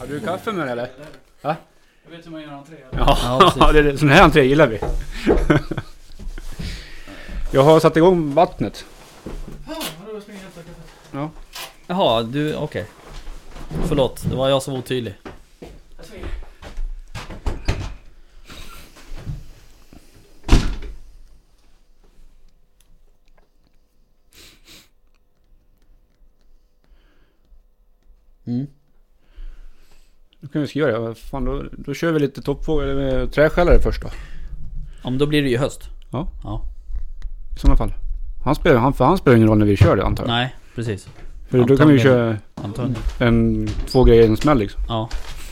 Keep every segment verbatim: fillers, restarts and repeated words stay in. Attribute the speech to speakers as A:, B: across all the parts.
A: Har du kaffe med eller? Va?
B: Jag vet hur man gör entré.
A: Ja, ja det är, sån här entré gillar vi. Jag har satt igång vattnet.
B: Ja.
C: Jaha, du, okej. Okay. Förlåt, det var jag som var otydlig. Mm.
A: Då kan vi skriva det. Fan, då, då kör vi lite toppfågel med träskällare först då.
C: Ja, men då blir det ju höst.
A: Ja.
C: Ja.
A: I sådana fall. Han spelar, han, för han spelar ingen roll när vi kör det antar jag.
C: Nej, precis.
A: För då kan vi köra
C: Antagligen.
A: en, två grejer i en smäll liksom.
C: Ja.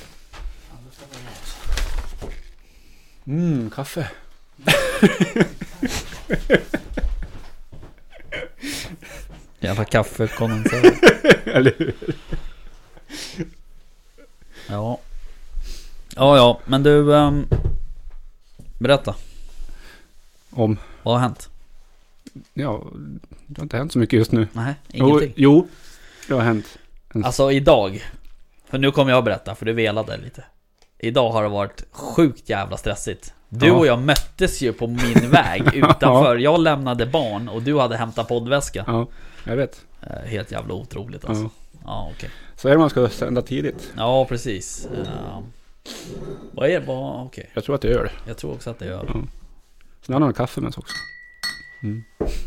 A: Mm, kaffe.
C: Jävla kaffekondensör.
A: Eller hur?
C: Ja. Ja, ja. Men du, um, berätta.
A: Om?
C: Vad har hänt?
A: Ja, det har inte hänt så mycket just nu.
C: Nej, ingenting.
A: Jo, jo det har hänt. En...
C: Alltså idag, för nu kommer jag att berätta, för du velade lite. Idag har det varit sjukt jävla stressigt. Du
A: ja.
C: och jag möttes ju på min väg utanför. Jag lämnade barn och du hade hämtat poddväska.
A: Ja, jag vet.
C: Helt jävla otroligt alltså. Ja, ja okej. Okay.
A: Så är det man ska sända tidigt.
C: Ja, precis. Uh, vad är det? Okej. Okay.
A: Jag tror att det gör det.
C: Jag tror också att det gör det.
A: Ja. Sen har han kaffe med oss också. Mm.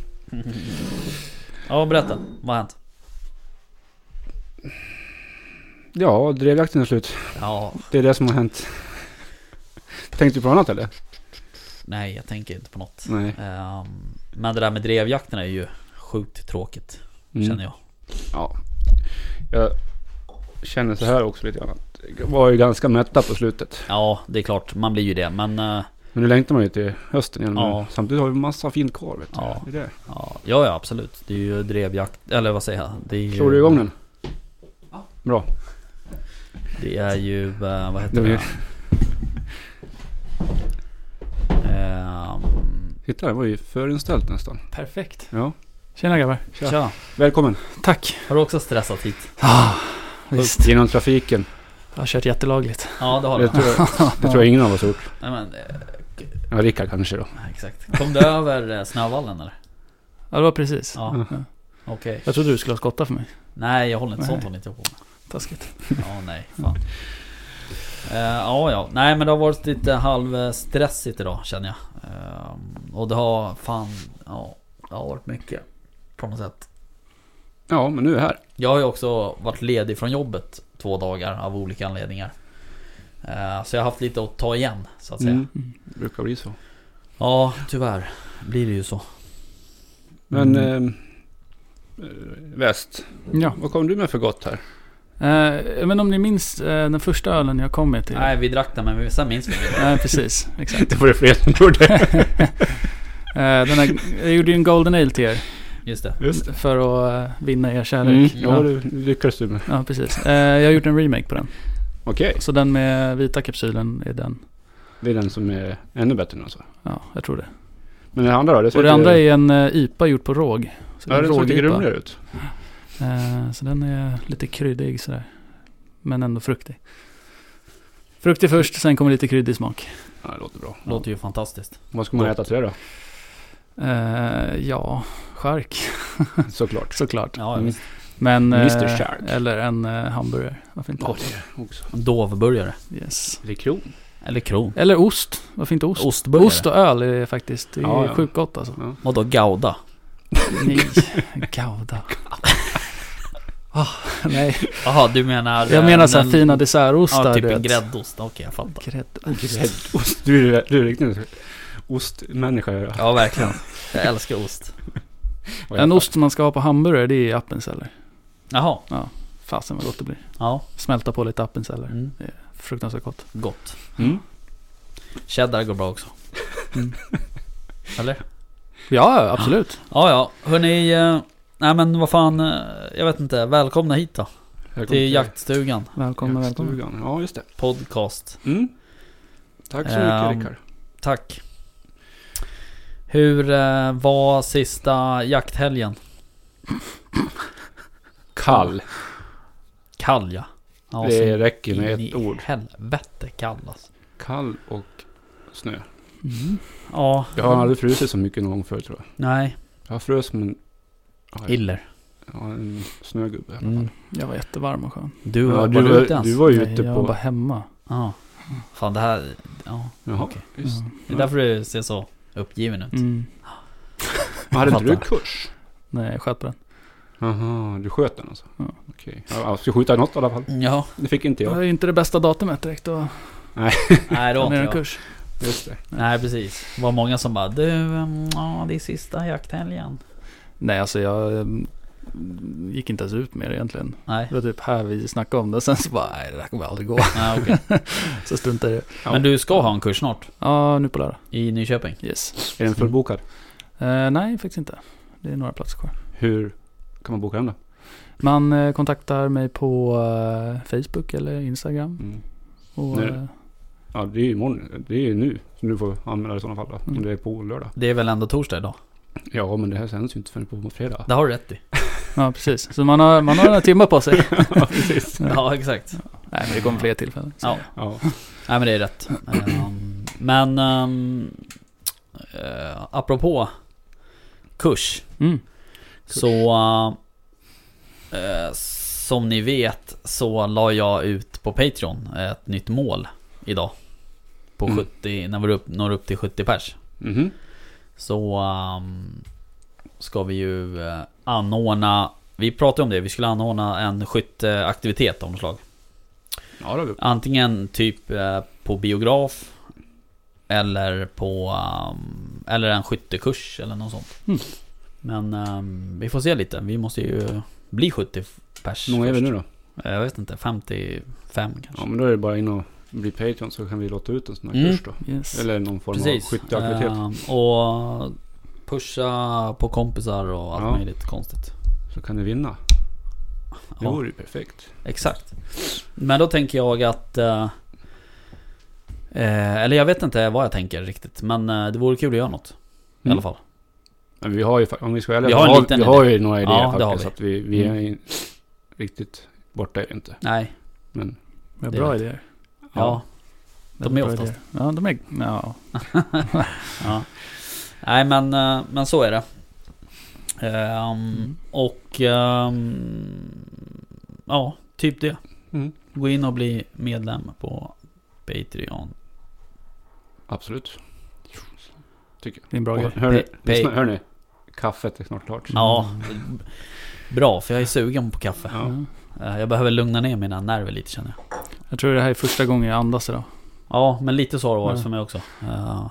C: Ja, berätta. Vad har hänt?
A: Ja, drevjakten är slut.
C: Ja.
A: Det är det som har hänt. Tänkte du på annat eller?
C: Nej, jag tänker inte på något.
A: Nej.
C: Um, men det där med drevjakten är ju sjukt tråkigt, mm. känner jag.
A: Ja. Jag känner så här också lite grann. Jag var ju ganska mättad på slutet.
C: Ja, det är klart. Man blir ju det. Men, uh,
A: men nu längtar man ju till hösten igen.
C: Ja.
A: Samtidigt har vi massa fint kvar, vet du.
C: Ja.
A: Det är det.
C: Ja, ja, ja, absolut. Det är ju drevjakt. Eller vad säger jag? Det är ju...
A: Slår du igång den? Ja. Bra.
C: Det är ju... Uh, vad heter
A: det?
C: det? Um,
A: Titta, det var ju förinställt nästan.
B: Perfekt.
A: Ja.
B: Tjena grabbar.
A: Tja.
C: Tja.
A: Välkommen.
B: Tack.
C: Har du också stressat hit?
B: Ja, visst.
A: Genom trafiken.
B: Jag har kört jättelagligt.
C: Ja, det har
A: det
C: du.
A: tror jag, det tror jag ingen av oss gjort.
C: Nej, men... Uh,
A: ja, Rickard kanske då.
C: Exakt. Kom du över Snövallen eller?
B: Ja, det var precis.
C: Ja.
B: ja.
C: Okej. Okay.
B: Jag trodde du skulle ha skottat för mig.
C: Nej, jag håller inte
B: nej.
C: sånt håller inte på med.
B: Taskigt.
C: Ja, nej, fan. Uh, ja, ja. Nej, men det har varit lite halvstressigt idag, känner jag. Uh, och det har fan... Ja, det har varit mycket. På något sätt.
A: Ja, men nu är jag här.
C: Jag har ju också varit ledig från jobbet två dagar av olika anledningar. Uh, så jag har haft lite att ta igen, så att säga.
A: Mm. Det brukar bli så.
C: Ja, tyvärr blir det ju så.
A: Men mm. eh, väst.
B: Ja.
A: Vad kom du med för gott här?
B: Eh, men om ni minns eh, den första ölen jag kom med till.
C: Nej, vi drack den, men vi, sen minns vi det.
B: Nej, precis. Exakt.
A: Det var det fler som gjorde.
B: eh, den här, jag gjorde ju en golden ale till er.
C: Just det.
A: Just det.
B: För att uh, vinna er kärlek.
A: Mm. Ja, ja, det lyckades du med.
B: Ja, precis. Eh, jag har gjort en remake på den.
A: Okej. Okay.
B: Så den med vita kapsylen är den.
A: Det är den som är ännu bättre än alltså.
B: Ja, jag tror det.
A: Men det andra då? Det
B: och det andra är en uh, I P A gjort på råg.
A: Så ja, den ser lite grumligare ut.
B: Uh, så den är lite kryddig sådär. Men ändå fruktig. Fruktig först, sen kommer lite kryddig smak.
A: Ja, det låter bra.
C: Låter ju fantastiskt.
A: Vad ska man Låt. äta till det då?
B: Uh, ja, chark.
A: Såklart.
B: Såklart.
C: Ja, mm.
B: Men,
A: mister Shark.
B: Eller en uh, hamburgare. Varför inte?
A: Ja, det också.
C: En dovburgare.
B: Yes.
A: Eller kron.
C: Eller kron.
B: Eller ost. Varför inte ost?
C: Ostburgare.
B: Ost och öl är faktiskt det är
A: ja, ja.
B: sjukt gott alltså.
A: Ja.
C: Och då gouda.
B: Nej, gouda. Oh, nej.
C: Jaha, du menar...
B: Jag menar så här fina dessertostar.
C: Ja, typ en gräddost. Okej, jag fattar.
B: Gräddost.
A: Gräddost. Du är, du är riktigt ostmänniska. Ja,
C: ja verkligen. Jag älskar ost.
B: En ost som man ska ha på hamburgare, det är appenzeller.
C: Jaha.
B: Ja, fasen vad gott det blir.
C: Ja.
B: Smälta på lite appenzeller.
C: Mm.
B: Det är fruktansvärt gott.
C: Gott.
A: Mm.
C: Cheddar går bra också. Mm. Eller?
B: Ja, absolut.
C: Ja, ja. Hörrni, eh, nej men vad fan, eh, jag vet inte. Välkomna hit då. Välkomna till jaktstugan.
B: Välkomna,
A: jaktstugan.
B: välkomna.
A: Ja, just det.
C: Podcast.
A: Mm. Tack så mycket, um, Rickard.
C: Tack. Hur eh, var sista jakthelgen?
A: Kall.
C: Kall, ja. Ja,
A: det räcker med
C: in
A: ett
C: i
A: ord.
C: Helvete kall alltså.
A: Kall och snö.
B: Mm.
C: Ja.
A: Jag har aldrig frusit så mycket någon gång förut, tror jag.
C: Nej.
A: Jag har frös som en... Ja,
C: Iller.
A: ja, en snögubbe i alla fall.
C: Mm.
B: Jag var jättevarm och skön.
C: Du,
A: Ja,
C: var
A: du,
C: du
A: var,
C: ute ens?
A: du var ju
B: Nej,
A: ute
B: jag
A: på...
B: var bara hemma.
C: Ja. Fan det här... Ja.
A: Jaha,
C: okej.
A: just.
B: Ja.
C: Det är därför du ser så uppgiven ut.
B: Mm.
A: Men hade inte du
C: Fattar.
A: kurs?
B: Nej, jag sköt på den.
A: Jaha, du sköt den alltså?
B: Ja.
A: Okej. Ja, jag ska skjuta något i alla fall.
C: Ja.
A: Det fick inte
B: Det
A: jag.
B: var ju inte det bästa datumet direkt att
C: Nej då
B: planera
C: inte
B: en
C: jag.
B: kurs.
A: Just det.
C: Nej precis. Det var många som bara du, um, ja det är sista jakthelgen.
B: Nej, alltså jag um, gick inte ens ut med det egentligen.
C: Nej.
B: Det var typ här vi snackade om det. Sen så bara, nej det där kommer aldrig gå.
C: Nej okej.
B: Så struntade jag i det.
A: Ja.
C: Men du ska ha en kurs snart
B: Ja, nu på lördag.
C: i Nyköping.
B: Yes.
A: Är den fullbokad?
B: Eh, nej, faktiskt inte. Det är några platser kvar.
A: Hur kan man boka den då?
B: Man eh, kontaktar mig på eh, Facebook eller Instagram.
A: Mm.
B: Och,
A: Nej.
B: eh,
A: Ja, det är ju imorgon. Det är ju nu. Så du får anmäla det i sådana fall då.
B: Mm.
A: Om det är på lördag.
C: Det är väl ändå torsdag idag?
A: Ja, men det här sänds ju inte förrän på fredag.
C: Det har du rätt i.
B: ja, precis. Så man har, man har några timmar på sig.
A: Ja, precis.
C: Ja exakt.
B: Nej, men det kommer fler tillfällen. Så.
C: Ja.
A: Ja.
C: Nej men det är rätt. um, men um, uh, apropå kurs.
B: Mm.
C: Så uh, uh, som ni vet så la jag ut på Patreon ett nytt mål idag. På
A: Mm.
C: sjuttio, när vi upp, når upp till sjuttio pers.
A: Mhm.
C: Så um, ska vi ju uh, anordna, vi pratade om det, vi skulle anordna en skytteaktivitet av något slag.
A: Ja, det har vi.
C: Antingen typ uh, på biograf eller på um, eller en skyttekurs eller något sånt.
B: Mm.
C: Men um, vi får se lite, vi måste ju bli sjuttio pers.
A: Hur många är vi
C: först.
A: nu då?
C: Jag vet inte, femtiofem kanske.
A: Ja, men då är det bara in och bli Patreon så kan vi låta ut en sån här
C: Mm.
A: kurs då.
B: Yes.
A: Eller någon form
C: Precis.
A: av skytteaktivitet.
C: Ehm, och pusha på kompisar och allt
A: Ja.
C: möjligt konstigt.
A: Så kan ni vinna. Det
C: Ja,
A: vore ju perfekt.
C: exakt. Men då tänker jag att eh, eh, eller jag vet inte vad jag tänker riktigt. Men eh, det vore kul att göra något. I
A: Mm.
C: alla fall.
A: Men vi har ju, om vi ska välja,
C: Vi
A: vi
C: har en
A: har,
C: liten
A: vi
C: idé.
A: har ju några idéer
C: Ja, det har
A: faktiskt.
C: vi.
A: Så att vi, vi är
C: Mm.
A: in, riktigt borta är vi inte.
C: Nej,
A: Men
B: Vi har
C: Det är
B: bra
C: rätt.
B: idéer.
C: ja. De är
B: Väldigt bra
C: oftast.
B: idéer. Ja, de är... Ja.
C: ja. Nej men, eh, men så är det. Ehm,
B: Mm.
C: Och ehm, ja, typ det.
A: mm,
C: Gå in och bli medlem på Patreon.
A: absolut. Tycker
B: Det är en bra
A: jag.
B: grej.
A: Och, hörni,
C: Pay-
A: lyssna,
C: pay-
A: hörni, kaffet är snart klart.
C: Ja, bra för jag är sugen på kaffe.
A: Ja.
B: Ja.
C: Eh, Jag behöver lugna ner mina nerver lite känner jag.
B: Jag tror det här är första gången jag andas idag.
C: Ja, men lite så har det varit
B: Ja.
C: för mig också. Eh,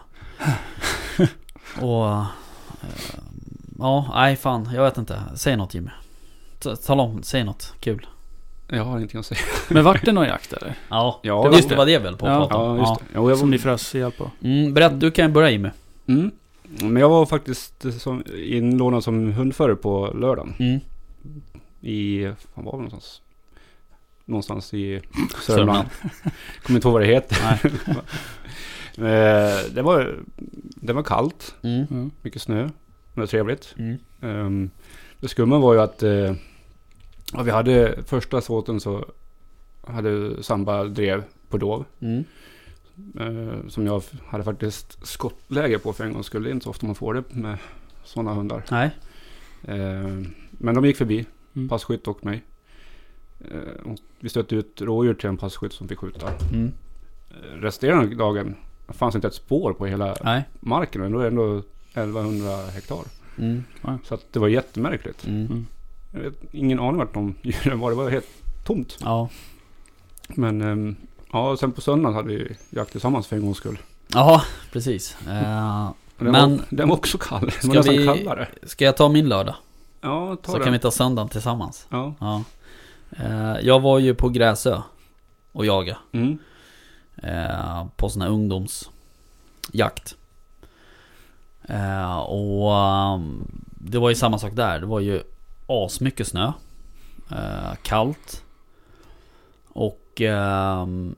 C: och eh, ja, nej fan, jag vet inte. Säg något Jimmy. Ta- Tala om, säg något kul.
A: Jag har ingenting att säga.
B: Men vart det någon jakt eller?
C: Ja,
A: Ja,
C: det
A: just
C: just
A: det.
C: det var det väl på att
B: Ja.
C: prata om.
A: Ja, just det. Jo, jag
B: Som
A: var,
B: ni frös ihjäl på.
C: Mm, berätta, du kan börja Jimmy.
A: mm. Men jag var faktiskt som, inlånad som hundförare på lördagen.
C: Mm.
A: I, fan var det någonstans? Någonstans i
C: Sörmland.
A: Sörmland. Kommer inte ihåg vad det heter.
C: Nej.
A: Eh, det var, det var kallt.
C: Mm.
B: Mm.
A: Mycket snö. Det var trevligt.
C: Mm.
A: Um, det skumma var ju att uh, ja, vi hade första såten så hade Samba drev på dov.
C: Mm.
A: Uh, som jag hade faktiskt skottläge på för en gång skulle. Inte så ofta man får det med sådana hundar.
C: Nej.
A: Uh, men de gick förbi.
B: Mm.
A: Passkytt och mig. Uh, och vi stötte ut rådjur till en passkytt som fick skjuta.
C: Mm.
A: Uh, resterande dagen fanns inte ett spår på hela
C: Nej.
A: marken. Och ändå är det ändå elvahundra hektar.
C: Mm.
A: Så att det var jättemärkligt.
C: Mm.
A: Jag vet ingen aning vart de djuren var. Det var helt tomt.
C: Ja.
A: Men um, ja, sen på söndagen hade vi jakt tillsammans för en gångs skull.
C: Ja, precis. Eh,
A: Och Den,
C: Men-
A: var, den var också kall. Den
C: Ska
A: var nästan
C: vi-
A: kallare.
C: ska jag ta min lördag?
A: Ja, ta
C: Så
A: den.
C: kan vi ta söndagen tillsammans.
A: Ja.
C: Ja. Eh, jag var ju på Gräsö och jaga.
A: Mm.
C: Eh, på sån här ungdomsjakt. Eh, och um, det var ju samma sak där. Det var ju asmycket snö. Eh, kallt. Och ehm,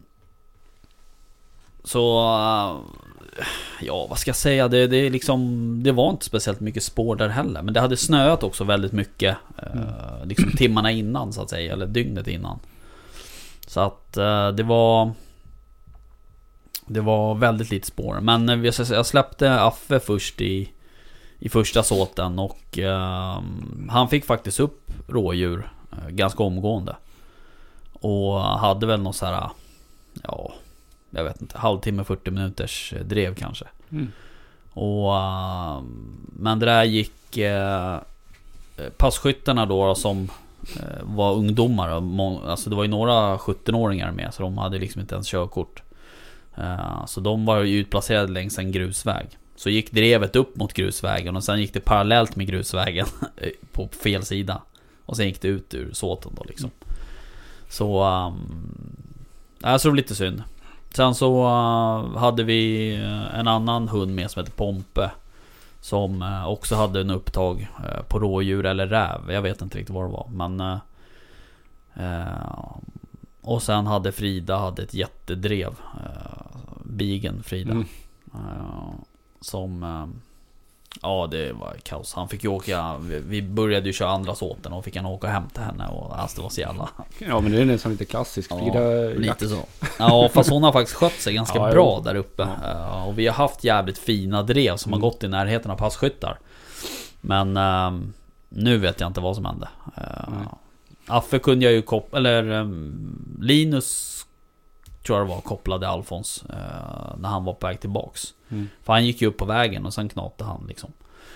C: så uh, ja, vad ska jag säga? Det, det, är liksom, det var inte speciellt mycket spår där heller. Men det hade snöat också väldigt mycket. Eh, liksom timmarna innan så att säga. Eller dygnet innan. Så att eh, det var det var väldigt lite spår. Men eh, jag släppte Affe först i i första såten och eh, han fick faktiskt upp rådjur eh, ganska omgående. Och hade väl något så här, ja, jag vet inte, halvtimme, fyrtio minuters drev kanske.
A: Mm.
C: Och uh, men det där gick uh, passkyttarna då som uh, var ungdomar, alltså det var ju några sjutton-åringar med, så de hade liksom inte ens körkort. Uh, så de var ju utplacerade längs en grusväg. Så gick drevet upp mot grusvägen och sen gick det parallellt med grusvägen på fel sida. Och sen gick det ut ur såten då liksom. Så um, alltså det var lite synd. Sen så uh, hade vi en annan hund med som heter Pompe, som uh, också hade en upptag uh, på rådjur eller räv. Jag vet inte riktigt vad det var, men uh, uh, och sen hade Frida hade ett jättedrev, uh, bigen Frida, mm. uh, som uh, ja, det var kaos. Han fick ju åka, vi började ju köra andra såten och fick han åka hem till henne och alltså det var så jävla.
A: Ja, men det är nästan lite klassisk Frida,
C: ja, lite så. Ja, fast hon har faktiskt skött sig ganska ja, bra jo. där uppe. Ja. Och vi har haft jävligt fina drev som mm. har gått i närheten av passkyttar. Men um, nu vet jag inte vad som hände. Uh, Affe kunde jag ju koppla, eller um, Linus tror jag det var, kopplade Alfons uh, när han var på väg tillbaks. Mm. För han gick ju upp på vägen och sen knapte han liksom.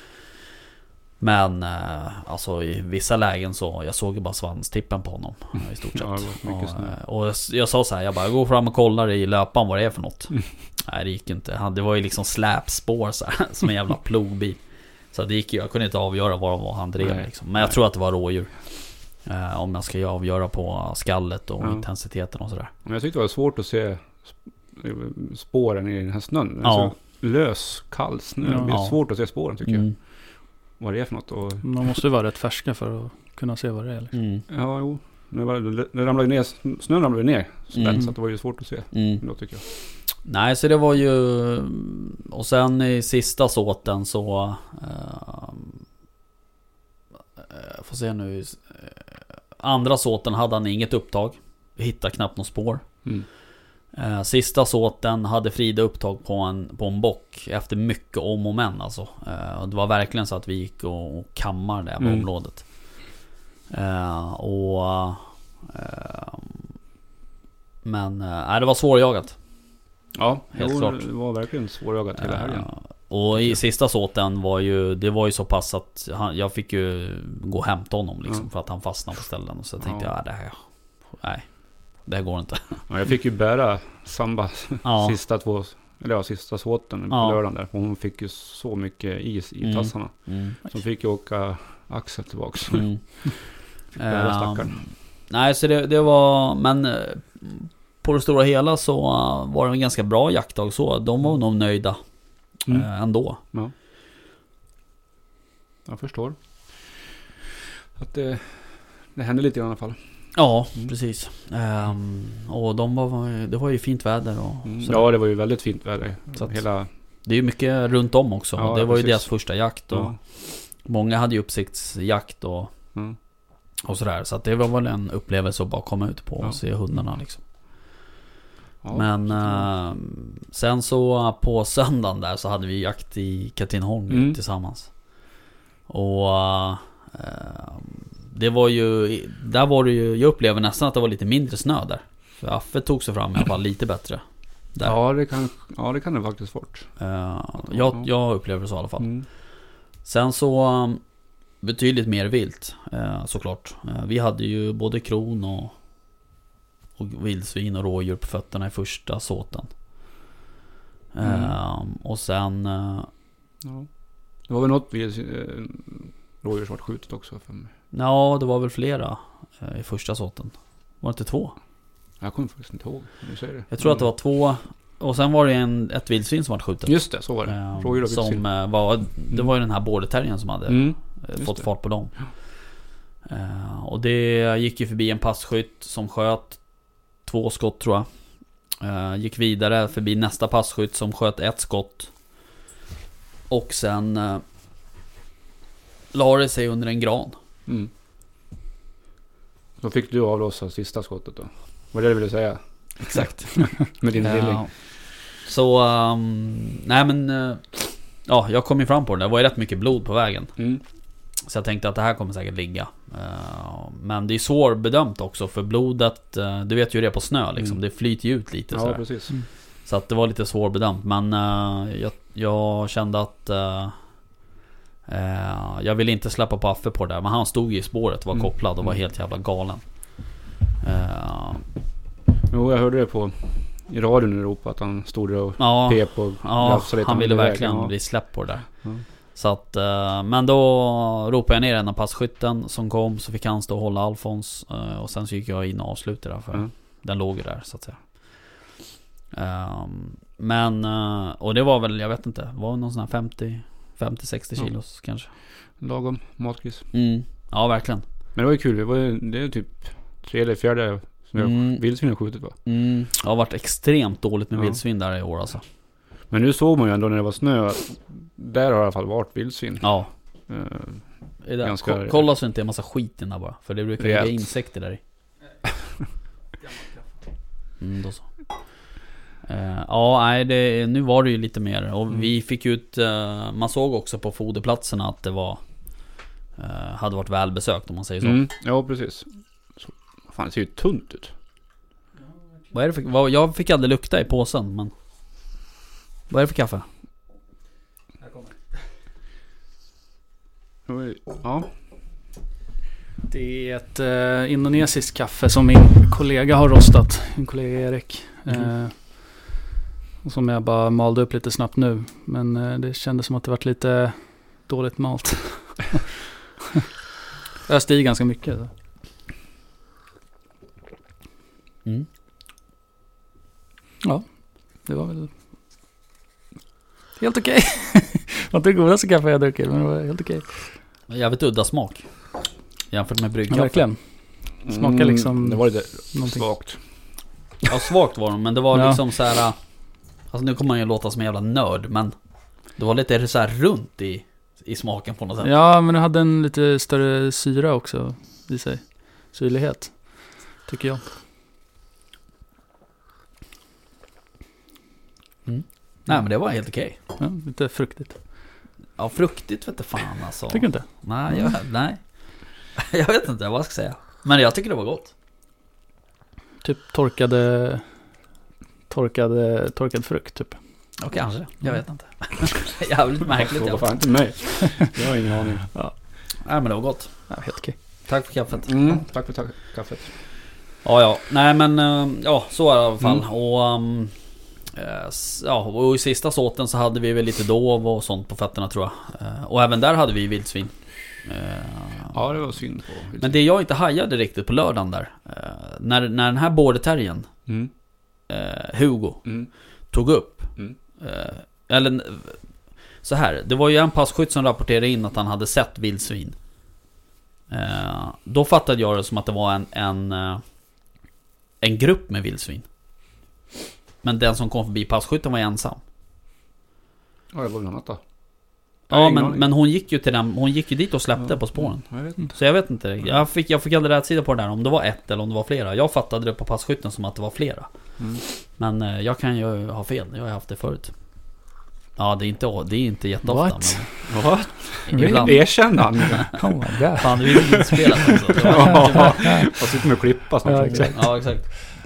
C: Men uh, alltså i vissa lägen så jag såg ju bara svanstippen på honom uh, i stort sett. Ja, och, och jag, jag sa så här, jag bara går fram och kollar i löpan vad det är för något. Mm. Nej, det gick inte. Han, det var ju liksom släpspår så här, som en jävla plogbil. Så det gick ju, jag kunde inte avgöra vad, vad han drev liksom. Men jag Nej. tror att det var rådjur. Uh, om jag ska avgöra på skallet och ja. intensiteten och sådär.
A: Men jag tyckte det var svårt att se spåren i den här snön.
C: Ja.
A: Alltså, lös, kall snö.
C: Ja.
A: Det är svårt att se spåren tycker
C: mm.
A: jag. Vad det är för något. Och...
B: Man måste vara rätt färska för att kunna se vad det är. Liksom.
C: Mm.
A: Ja, jo. Det, var, det ramlade ner, snön ramlade ner. Så, mm. så att det var ju svårt att se. Mm. Då tycker jag.
C: Nej, så det var ju... Och sen i sista såten så... Uh, jag får se nu... Andra såten hade han inget upptag. Vi hittade knappt något spår.
A: Mm.
C: Uh, sista såten hade Frida upptag på en, på en bock. Efter mycket om och men alltså. Uh, det var verkligen så att vi gick och, och kammade det här mm. området. Uh, och... Uh, men... Uh, det var svårjagat.
A: Ja,
C: helt
A: jo,
C: klart.
A: Det var verkligen svårjagat hela helgen.
C: Uh, och i sista såten var ju, det var ju så pass att han, jag fick ju gå och hämta honom liksom, mm. för att han fastnade på ställen. Och så jag tänkte ja. jag, det här, nej, det här går inte.
A: Ja, jag fick ju bära Samba ja. sista två, eller ja, sista såten på ja. lördagen där. Hon fick ju så mycket is i mm. tassarna. Mm. Så hon fick ju åka axel tillbaks. Mm. fick bära stackaren. Um, nej, så det, det var, men på det stora hela så var det en ganska bra jaktdag så. De var nog nöjda. Mm. Äh, ändå. Ja. Jag förstår. Att det, det hände lite i alla fall.
C: Ja, mm. precis. Um, och de var, det var ju fint väder. Och
A: mm. Ja, det var ju väldigt fint väder. Så att, hela...
C: Det är ju mycket runt om också. Ja, det var precis. ju deras första jakt. Och
A: ja.
C: Många hade ju uppsiktsjakt och,
A: mm.
C: och sådär. Så att det var väl en upplevelse att bara komma ut på och ja. se hundarna liksom. Ja, men äh, sen så på söndagen där så hade vi jakt i Katrineholm mm. tillsammans. Och äh, det var ju, där var det ju, jag upplever nästan att det var lite mindre snö där. För Affe tog sig fram i alla fall lite bättre där.
A: Ja, det kan, ja, det kan det faktiskt fort.
C: Äh, jag, jag upplever det så i alla fall. Mm. Sen så betydligt mer vilt äh, såklart. Äh, vi hade ju både kron och och vildsvin och rådjur på fötterna i första såten. Mm. Uh, och sen... Uh,
A: ja. Det var väl något vild, uh, rådjur som var skjutet också för mig.
C: Ja, det var väl flera uh, i första såten. Var det inte två?
A: Jag kommer faktiskt inte ihåg. Du säger det.
C: Jag tror mm. att det var två. Och sen var det en, ett vildsvin som var skjutet.
A: Just det, så var det.
C: Uh, rådjur och som uh, var, det var ju den här border terriern som hade mm. uh, fått det. fart på dem. Uh, och det gick ju förbi en passkytt som sköt två skott tror jag. Uh, gick vidare förbi nästa passkytt som sköt ett skott. Och sen uh, la det sig under en gran.
A: Mm. Då fick du avlossa sista skottet då? Vad är det du ville säga?
C: Exakt.
A: Med din drilling.
C: Ja. Så, um, nej men, uh, ja, jag kom ju fram på det. Det var ju rätt mycket blod på vägen.
A: Mm.
C: Så jag tänkte att det här kommer säkert ligga. Uh, men det är svårbedömt också, för blodet, uh, du vet ju det är på snö liksom. Mm. Det flyter ju ut lite.
A: Ja, precis.
C: Mm. Så att det var lite svårbedömt. Men uh, jag, jag kände att uh, uh, jag ville inte släppa på Affe på det där. Men han stod ju i spåret, var mm. kopplad och var helt jävla galen. Uh,
A: jo, jag hörde det på i radion i Europa att han stod där och
C: ja,
A: pep och
C: ja, han, han ville verkligen ja. bli släppt på det där. Mm. Så att, uh, men då ropade jag ner en av passkytten som kom, så fick han stå och hålla Alfons, uh, och sen så gick jag in och avslutade där, för mm. den låg ju där så att säga. Um, men, uh, och det var väl, jag vet inte, var någon sån här femtio till sextio
A: ja.
C: kilos kanske.
A: Lagom matkris.
C: Mm. Ja, verkligen.
A: Men det var ju kul, det, var ju, det är typ tre eller fjärde som jag mm. vildsvin har skjutit på.
C: Mm. Det har varit extremt dåligt med ja. vildsvin där i år alltså.
A: Men nu såg man ju ändå när det var snö att där har i alla fall varit vildsvin.
C: Ja.
A: Uh,
C: är det, ganska, ko- kolla så inte det är en massa skit in där bara. För det brukar ligga insekter där i. Mm, då så. Uh, ja, nej, det, nu var det ju lite mer. Och mm. vi fick ut, uh, man såg också på foderplatserna att det var uh, hade varit välbesökt, om man säger så.
A: Mm. Ja, precis. Så, fan, det ser ju tunt ut.
C: Vad är det för, vad, jag fick aldrig lukta i påsen, men vad är det för kaffe?
B: Här kommer.
A: Ja.
B: Det är ett eh, indonesiskt kaffe som min kollega har rostat. Min kollega Erik. Mm. Eh, och som jag bara malde upp lite snabbt nu. Men eh, det kändes som att det varit lite dåligt malt. Jag stiger ganska mycket. Så.
C: Mm.
B: Ja, det var väl helt okej. Okay. Det var inte det godaste kaffe jag druckit, men det var helt okej.
C: Okay. Jävligt udda smak jämfört med bryggkaffe.
B: Ja, verkligen. Smakar liksom
A: mm, det var lite
B: någonting.
A: Svagt.
C: Ja, svagt var det, men det var
B: ja.
C: liksom så här. Alltså nu kommer man ju låta som en jävla nörd, men det var lite så här runt i i smaken på något sätt.
B: Ja, men det hade en lite större syra också i sig. Syrlighet, tycker jag.
C: Mm. Nej, men det var helt okej.
B: Ja, lite fruktigt.
C: Ja, fruktigt vet du fan alltså.
B: Tycker du inte?
C: Nej, jag, nej. Jag vet inte vad jag ska säga. Men jag tycker det var gott.
B: Typ torkade torkade torkad frukt typ.
C: Ja, kanske. Jag vet inte. Jävligt märkligt.
A: Det var fan inte mig. Jag har ingen aning.
C: Ja. Nej, men det var gott.
B: Ja, helt okej.
C: Tack för kaffet.
A: Mm, tack för ta- kaffet.
C: Ja, ja. Nej, men ja, så är det i alla fall. Mm. Och um, ja, och i sista såten så hade vi väl lite dov och sånt på fötterna, tror jag. Och även där hade vi vildsvin.
A: Ja, det var synd på vildsvin.
C: Men det jag inte hajade riktigt på lördagen där, när, när den här border terriern
A: mm.
C: Hugo
A: mm.
C: tog upp
A: mm.
C: eller så här, det var ju en passkytt som rapporterade in att han hade sett vildsvin. Då fattade jag det som att det var en en, en grupp med vildsvin. Men den som kom förbi passkytten var ensam.
A: Ja, det var väl annat då.
C: Ja, men, men hon gick ju till den, hon gick ju dit och släppte ja, på spåren.
A: Jag vet inte.
C: Så jag vet inte. Jag fick, jag fick aldrig rätt sida på det där, om det var ett eller om det var flera. Jag fattade det på passkytten som att det var flera. Mm. Men eh, jag kan ju ha fel. Jag har haft det förut. Ja, det är inte, det är inte jätteofta.
B: What?
C: Men
A: What?
C: ibland.
A: Erkänner han.
B: Oh my god.
C: Fan, det är ju inspelat också.
A: Ja, jag sitter med att klippa snart.
B: Ja, exakt.
C: Ja, exakt.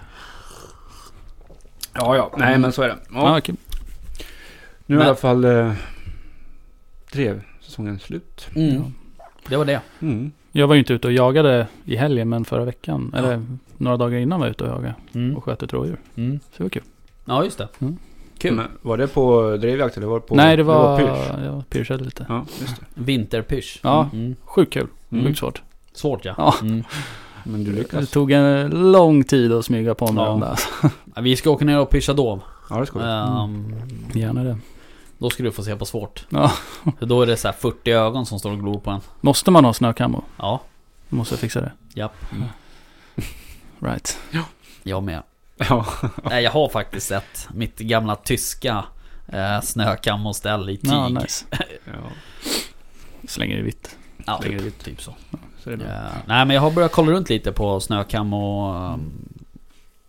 A: Ja, ja. Nej, men så är det. Ja.
B: Ja, okay.
A: Nu är men, i alla fall eh, drev säsongen slut.
C: Mm. Ja. Det var det.
A: Mm.
B: Jag var ju inte ute och jagade i helgen, men förra veckan, ja. eller några dagar innan var jag ute och jagade mm. och sköt ett rådjur. Mm. Så det var kul.
C: Ja, just det. Mm. Kul.
A: Men var det på drevjakt eller var det på?
B: Nej, det var,
A: det var pysch.
B: Ja, pyrschade lite.
A: Ja, just det.
C: Vinterpysch.
B: Ja, mm. sjukt kul.
A: Mm.
B: Sjukt svårt.
C: Svårt, ja.
B: Ja.
C: Mm.
A: Men du lyckas.
B: Det tog en lång tid att smyga på med
C: ja.
B: den där.
C: Vi ska åka ner och pyscha dov.
A: Ja, det ska vi.
C: Um,
B: mm. Gärna det.
C: Då ska du få se på svårt.
B: Ja.
C: För då är det så här fyrtio ögon som står och glor på en.
B: Måste man ha snökammo?
C: Ja.
B: Måste jag fixa det?
C: Japp. Mm.
B: Right.
A: Ja.
C: Jag med.
A: Ja.
C: Nej, jag har faktiskt sett mitt gamla tyska eh, snökammoställ i tyg.
B: Ja, nice.
A: Ja.
B: Slänger i vitt.
C: Ja,
A: Slänger
C: typ,
A: vitt.
C: typ så.
A: så är det
C: ja. Nej, men jag har börjat kolla runt lite på snökam och um,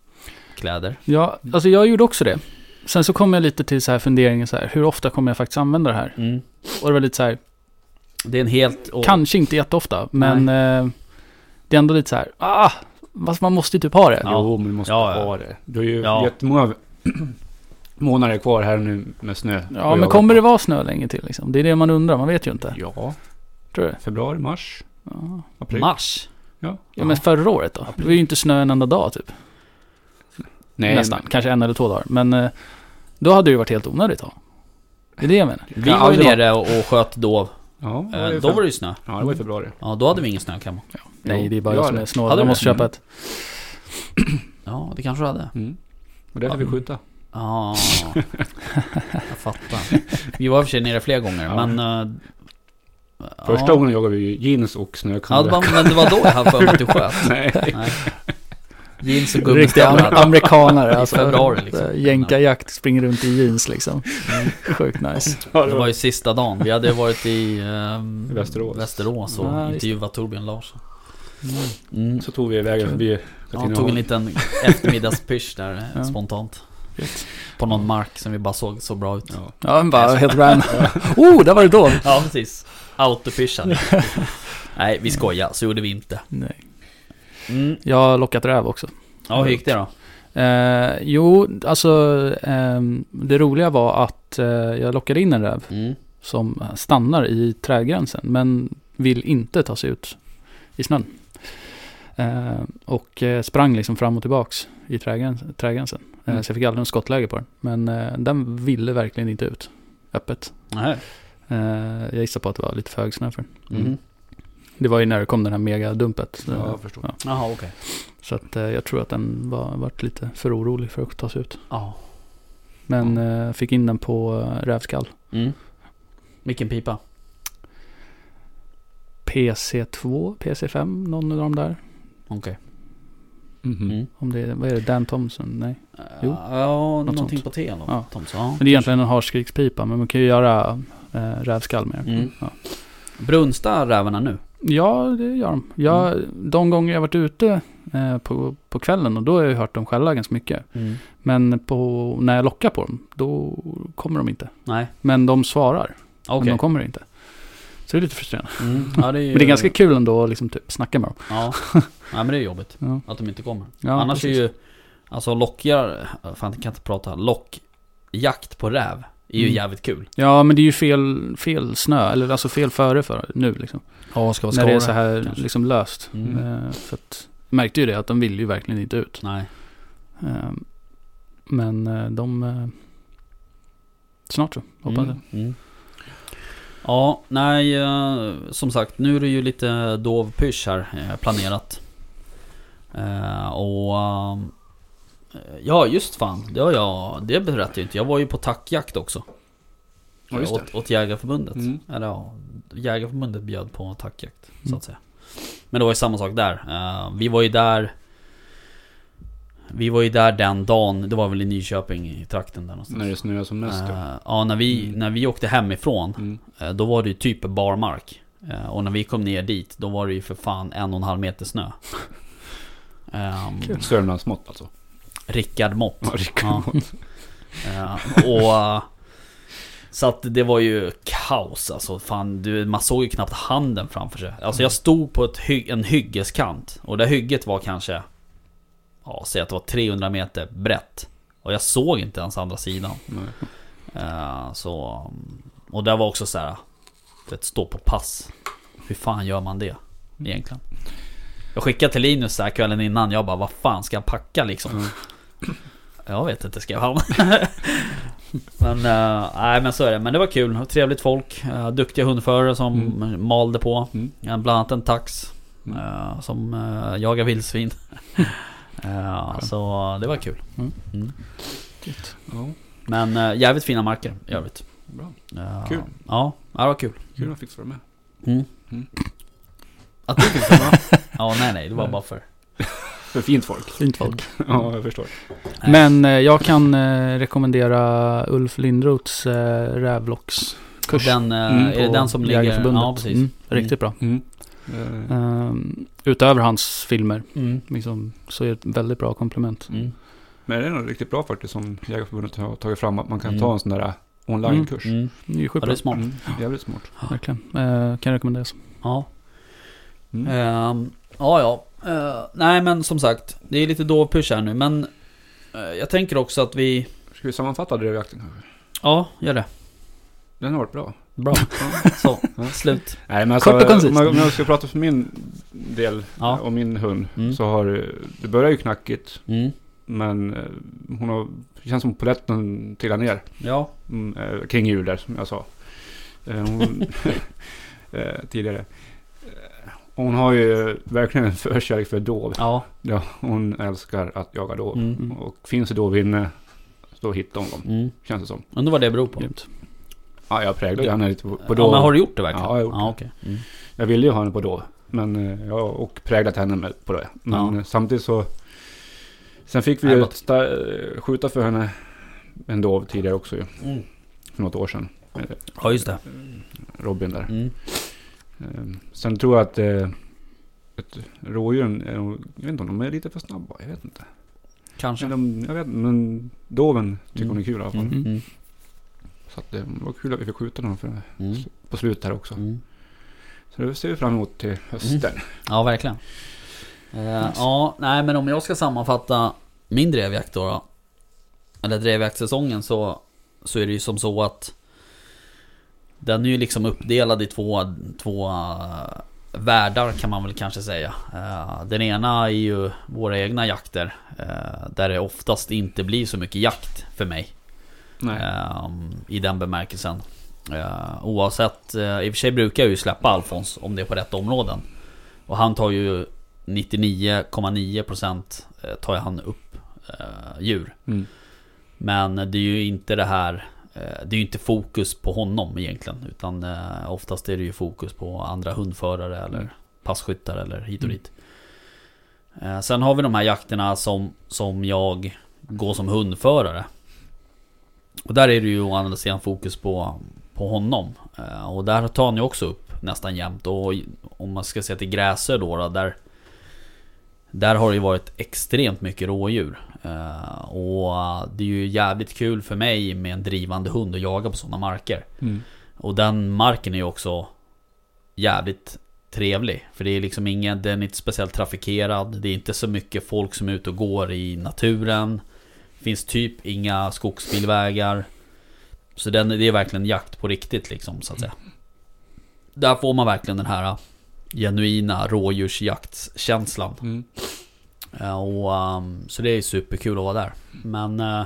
C: kläder.
B: Ja, alltså jag gjorde också det. Sen så kom jag lite till så här funderingen så här, hur ofta kommer jag faktiskt använda det här?
C: Mm.
B: Och det var lite så här,
C: det är en helt... Och...
B: kanske inte jätteofta, men eh, det är ändå lite så här, ah, fast man måste ju typ ha det.
A: Ja. Jo, men måste
C: ja, ja.
A: ha det. Du har ju
C: ja.
A: jättemånga månader kvar här nu med snö.
B: Ja, men kommer det vara snö länge till liksom? Det är det man undrar, man vet ju inte.
A: Ja.
B: Tror du?
A: Februari, mars.
B: Ja.
A: April.
C: Mars?
A: Ja.
B: Ja, men förra året då? Det var ju inte snö en enda dag typ.
A: Nej,
B: nästan,
A: men...
B: kanske en eller två dagar. Men eh, då hade det ju varit helt onödigt då. Det är det jag menar.
C: Vi var ju nere och, och sköt dov.
A: Ja,
C: eh, då var det ju snö.
A: Ja, det var i februari.
C: Ja, då hade vi ingen snö hemma.
B: Ja. Nej, det är bara
A: ja,
B: jag som
A: det.
B: är snål. Jag måste köpa ett.
C: Ja, det kanske du hade.
A: Mm. Och det hade
C: ja.
A: vi skjuta.
C: Ja, jag fattar. Vi var för sig nere flera gånger, ja. men... Uh,
A: Första
C: ja.
A: gången jagade vi jeans och snökandel.
C: Ja, men det var då jag hade för mig att du sköt.
A: Nej.
C: Nej. Jeans och
B: riktiga
C: gummistövlar.
B: amerikanare. Alltså,
C: februari liksom.
B: Jänkarjakt, springer runt i jeans liksom. Mm. Sjukt nice.
C: Det var ju sista dagen. Vi hade varit i um,
A: Västerås.
C: Västerås och
B: ja,
C: intervjuat Torbjörn Larsson.
A: Mm. Mm. Så tog vi vägen förbi
C: Katrineholm. Ja, tog en liten eftermiddagspysch där
B: ja.
C: spontant. På någon mark som vi bara såg så bra ut.
B: Ja, ja men bara helt random. Oh, där var det då.
C: Ja, precis. Autopyschade. Nej, vi skojar. Så gjorde vi inte.
B: Nej.
C: Mm.
B: Jag har lockat räv också.
C: Ja, hur gick det då?
B: Eh, jo, alltså eh, det roliga var att eh, jag lockade in en räv
C: mm.
B: som stannar i trädgränsen men vill inte ta sig ut i snön. Eh, och eh, sprang liksom fram och tillbaks i trädgränsen. trädgränsen.
C: Mm.
B: Eh, så jag fick aldrig en skottläge på den. Men eh, den ville verkligen inte ut öppet.
C: Nej.
B: Eh, jag gissar på att det var lite för hög snö för den.
C: Mm.
B: Det var ju när det kom den här megadumpet.
A: Ja, jag förstår.
B: Ja.
C: Jaha, okej. Okay.
B: Så att eh, jag tror att den var varit lite för orolig för att ta sig ut.
C: Ja.
B: Men eh, fick in den på eh, rävskall.
C: Mm. Vilken pipa?
B: P C två, P C fem, någon av dem där.
C: Okej. Okay.
A: Mm-hmm.
C: Mm.
B: Om det är, vad är det, Dan Thompson? Nej.
C: Jo. Ja, någonting
B: sånt.
C: på T eller
B: ja.
C: Thompson. Ja.
B: Men det är egentligen en harskrickspipa, men man kan ju göra eh, rävskall med den.
C: Mm.
B: Ja.
C: Brunstar rävarna nu?
B: Ja, det gör de. Jag, mm. De gånger jag varit ute eh, på, på kvällen och då har jag hört dem skälla ganska mycket.
C: Mm.
B: Men på, när jag lockar på dem, då kommer de inte.
C: Nej.
B: Men de svarar.
C: Okay.
B: Men de kommer inte. Så det är lite frustrerande.
C: Mm. Ja, det är ju...
B: Men det är ganska kul ändå att liksom typ snacka med dem.
C: Ja, ja men det är jobbigt
B: ja.
C: att de inte kommer.
B: Ja,
C: annars
B: precis.
C: är ju, alltså lockjar, fan jag kan inte prata, lockjakt på räv är ju mm. jävligt kul.
B: Ja, men det är ju fel, fel snö, eller alltså fel före för nu liksom.
C: Ja, ska vara
B: när det är så här
C: kanske. Liksom
B: löst.
C: Mm.
B: Uh, för att jag märkte ju det att de vill ju verkligen inte ut.
C: Nej.
B: Uh, men uh, de uh, snart så, hoppas
C: mm. jag. Mm. Ja, nej, uh, som sagt, nu är det ju lite dovpysch här uh, planerat. Uh, och uh, ja, just fan, det har jag, det berättade jag inte. Jag var ju på tackjakt också.
A: Ja, just det.
C: Åt, åt Jägarförbundet.
A: Mm.
C: Eller ja, Jägarförbundet bjöd på tackjakt,
B: mm.
C: så att säga. Men det var ju samma sak där. Uh, vi var ju där Vi var ju där den dagen. Det var väl i Nyköping i trakten där någonstans.
A: När det snöade som mest
C: uh,
A: ja.
C: Ja, när vi, mm. när vi åkte hemifrån
A: mm.
C: uh, då var det ju typ barmark. uh, Och när vi kom ner dit, då var det ju för fan en och en halv meter snö. um,
A: Sörmlandsmått alltså.
C: Rickard Mått.
A: Ja, Rickard
C: ja.
A: Mått.
C: uh, Och uh, så att det var ju kaos alltså, fan, du, man såg ju knappt handen framför sig. Alltså jag stod på ett hy- en hyggeskant. Och det hygget var kanske, ja, säg att det var trehundra meter brett. Och jag såg inte ens andra sidan. uh, Så och där var också så här, ett stå på pass. Hur fan gör man det egentligen? Jag skickade till Linus så här kvällen innan. Jag bara, vad fan ska jag packa liksom? Mm. Jag vet inte, ska jag ha. Men uh, nej, men så är det. Men det var kul, trevligt folk, uh, duktiga hundförare som mm. malde på. Mm. Bland annat en tax mm. uh, som uh, jagar vildsvin. uh, så det var kul. Mm. Mm.
A: Ja.
C: Men uh, jävligt fina marker i övrigt.
A: Bra.
C: Uh,
A: Kul.
C: Ja, det var kul.
A: Kul att fick vara med.
C: Mm.
A: Mm.
C: Att du fick vara med? Ja, nej nej, det var bara för
A: för fint folk.
B: Fint folk.
A: Ja, jag förstår.
B: Men eh, jag kan eh, rekommendera Ulf Lindroths eh, rävlockskurs.
C: Den, eh, mm, är det den som ligger?
B: Ja, precis. Mm, riktigt bra. Mm. Mm. Um, utöver hans filmer. Mm. Liksom, så är det ett väldigt bra komplement. Mm.
A: Men det är nog riktigt bra faktiskt som Jägarförbundet har tagit fram att man kan mm. ta en sån där online-kurs. Mm.
B: Mm. Det är ju
C: ja, det är smart. Mm.
A: Jävligt smart.
B: Ja, verkligen. Uh, kan rekommenderas.
C: Ja. Mm. Uh, ja, ja. Uh, nej, men som sagt, det är lite dovpush här nu. Men uh, jag tänker också att vi...
A: Ska vi sammanfatta drevjakten kanske?
C: Ja, gör det.
A: Den har varit bra.
C: Bra. Ja. Så, ja. Slut.
A: Nej, men alltså, om jag, om jag ska prata för min del ja. och min hund mm. så har det börjar ju knackigt. Mm. Men eh, hon har, det känns som poletten trillar ner.
C: Ja.
A: Mm, eh, kring jul där som jag sa. Eh, hon, eh, tidigare. Eh, hon har ju verkligen en förkärlek för dov.
C: Ja.
A: Ja, hon älskar att jaga dov.
C: Mm.
A: Och finns det dov inne så hittar hon dem. Mm. Känns det som.
C: Undrar vad det beror på.
A: Grymt. Ja, jag präglade henne lite på, på
C: ja,
A: dov.
C: Men har du gjort det verkligen?
A: Ja, jag har gjort
C: ja,
A: det.
C: Okay. Mm.
A: Jag ville ju ha henne på dov. Men jag har och präglat henne med, på det. Men ja. samtidigt så... Sen fick vi ju sta- skjuta för henne en dov tidigare också ju. Mm. För något år sedan.
C: Ja, just det.
A: Robin där.
C: Mm.
A: Sen tror jag att eh, ett rådjuren, jag vet inte om de är lite för snabba, jag vet inte.
C: Kanske.
A: De, jag vet men doven tycker mm. hon är kul i alla fall.
C: Mm. Mm.
A: Så att det var kul att vi fick skjuta dem för,
C: mm.
A: på slut här också.
C: Mm.
A: Så det ser vi fram emot till hösten.
C: Mm. Ja, verkligen. Uh, ja, nej men om jag ska sammanfatta min drevjakt då, då eller drevjaktsäsongen så, så är det ju som så att den är ju liksom uppdelad i två, två uh, världar kan man väl kanske säga. Uh, den ena är ju våra egna jakter uh, där det oftast inte blir så mycket jakt för mig.
A: Nej.
C: Uh, i den bemärkelsen. Uh, oavsett, uh, i och för sig brukar jag ju släppa Alfons om det är på rätt områden. Och han tar ju nittionio komma nio procent tar han upp uh, djur. Mm. Men det är ju inte det här, uh, det är ju inte fokus på honom egentligen. Utan uh, oftast är det ju fokus på andra hundförare eller mm. passkyttar eller hit och dit. Mm. Uh, sen har vi de här jakterna som, som jag går som hundförare. Och där är det ju å andra sidan fokus på, på honom. Uh, och där tar han ju också upp nästan jämt. Och om man ska säga till Gräsö då, då där, där har det ju varit extremt mycket rådjur. Uh, och det är ju jävligt kul för mig med en drivande hund att jaga på sådana marker. Mm. Och den marken är ju också jävligt trevlig. För det är liksom ingen, den är inte speciellt trafikerad. Det är inte så mycket folk som är ute och går i naturen. Det finns typ inga skogsbilvägar. Så den, det är verkligen jakt på riktigt liksom, så att säga. Där får man verkligen den här genuina rådjursjaktskänslan. Mm. Och, um, så det är superkul att vara där. Men uh,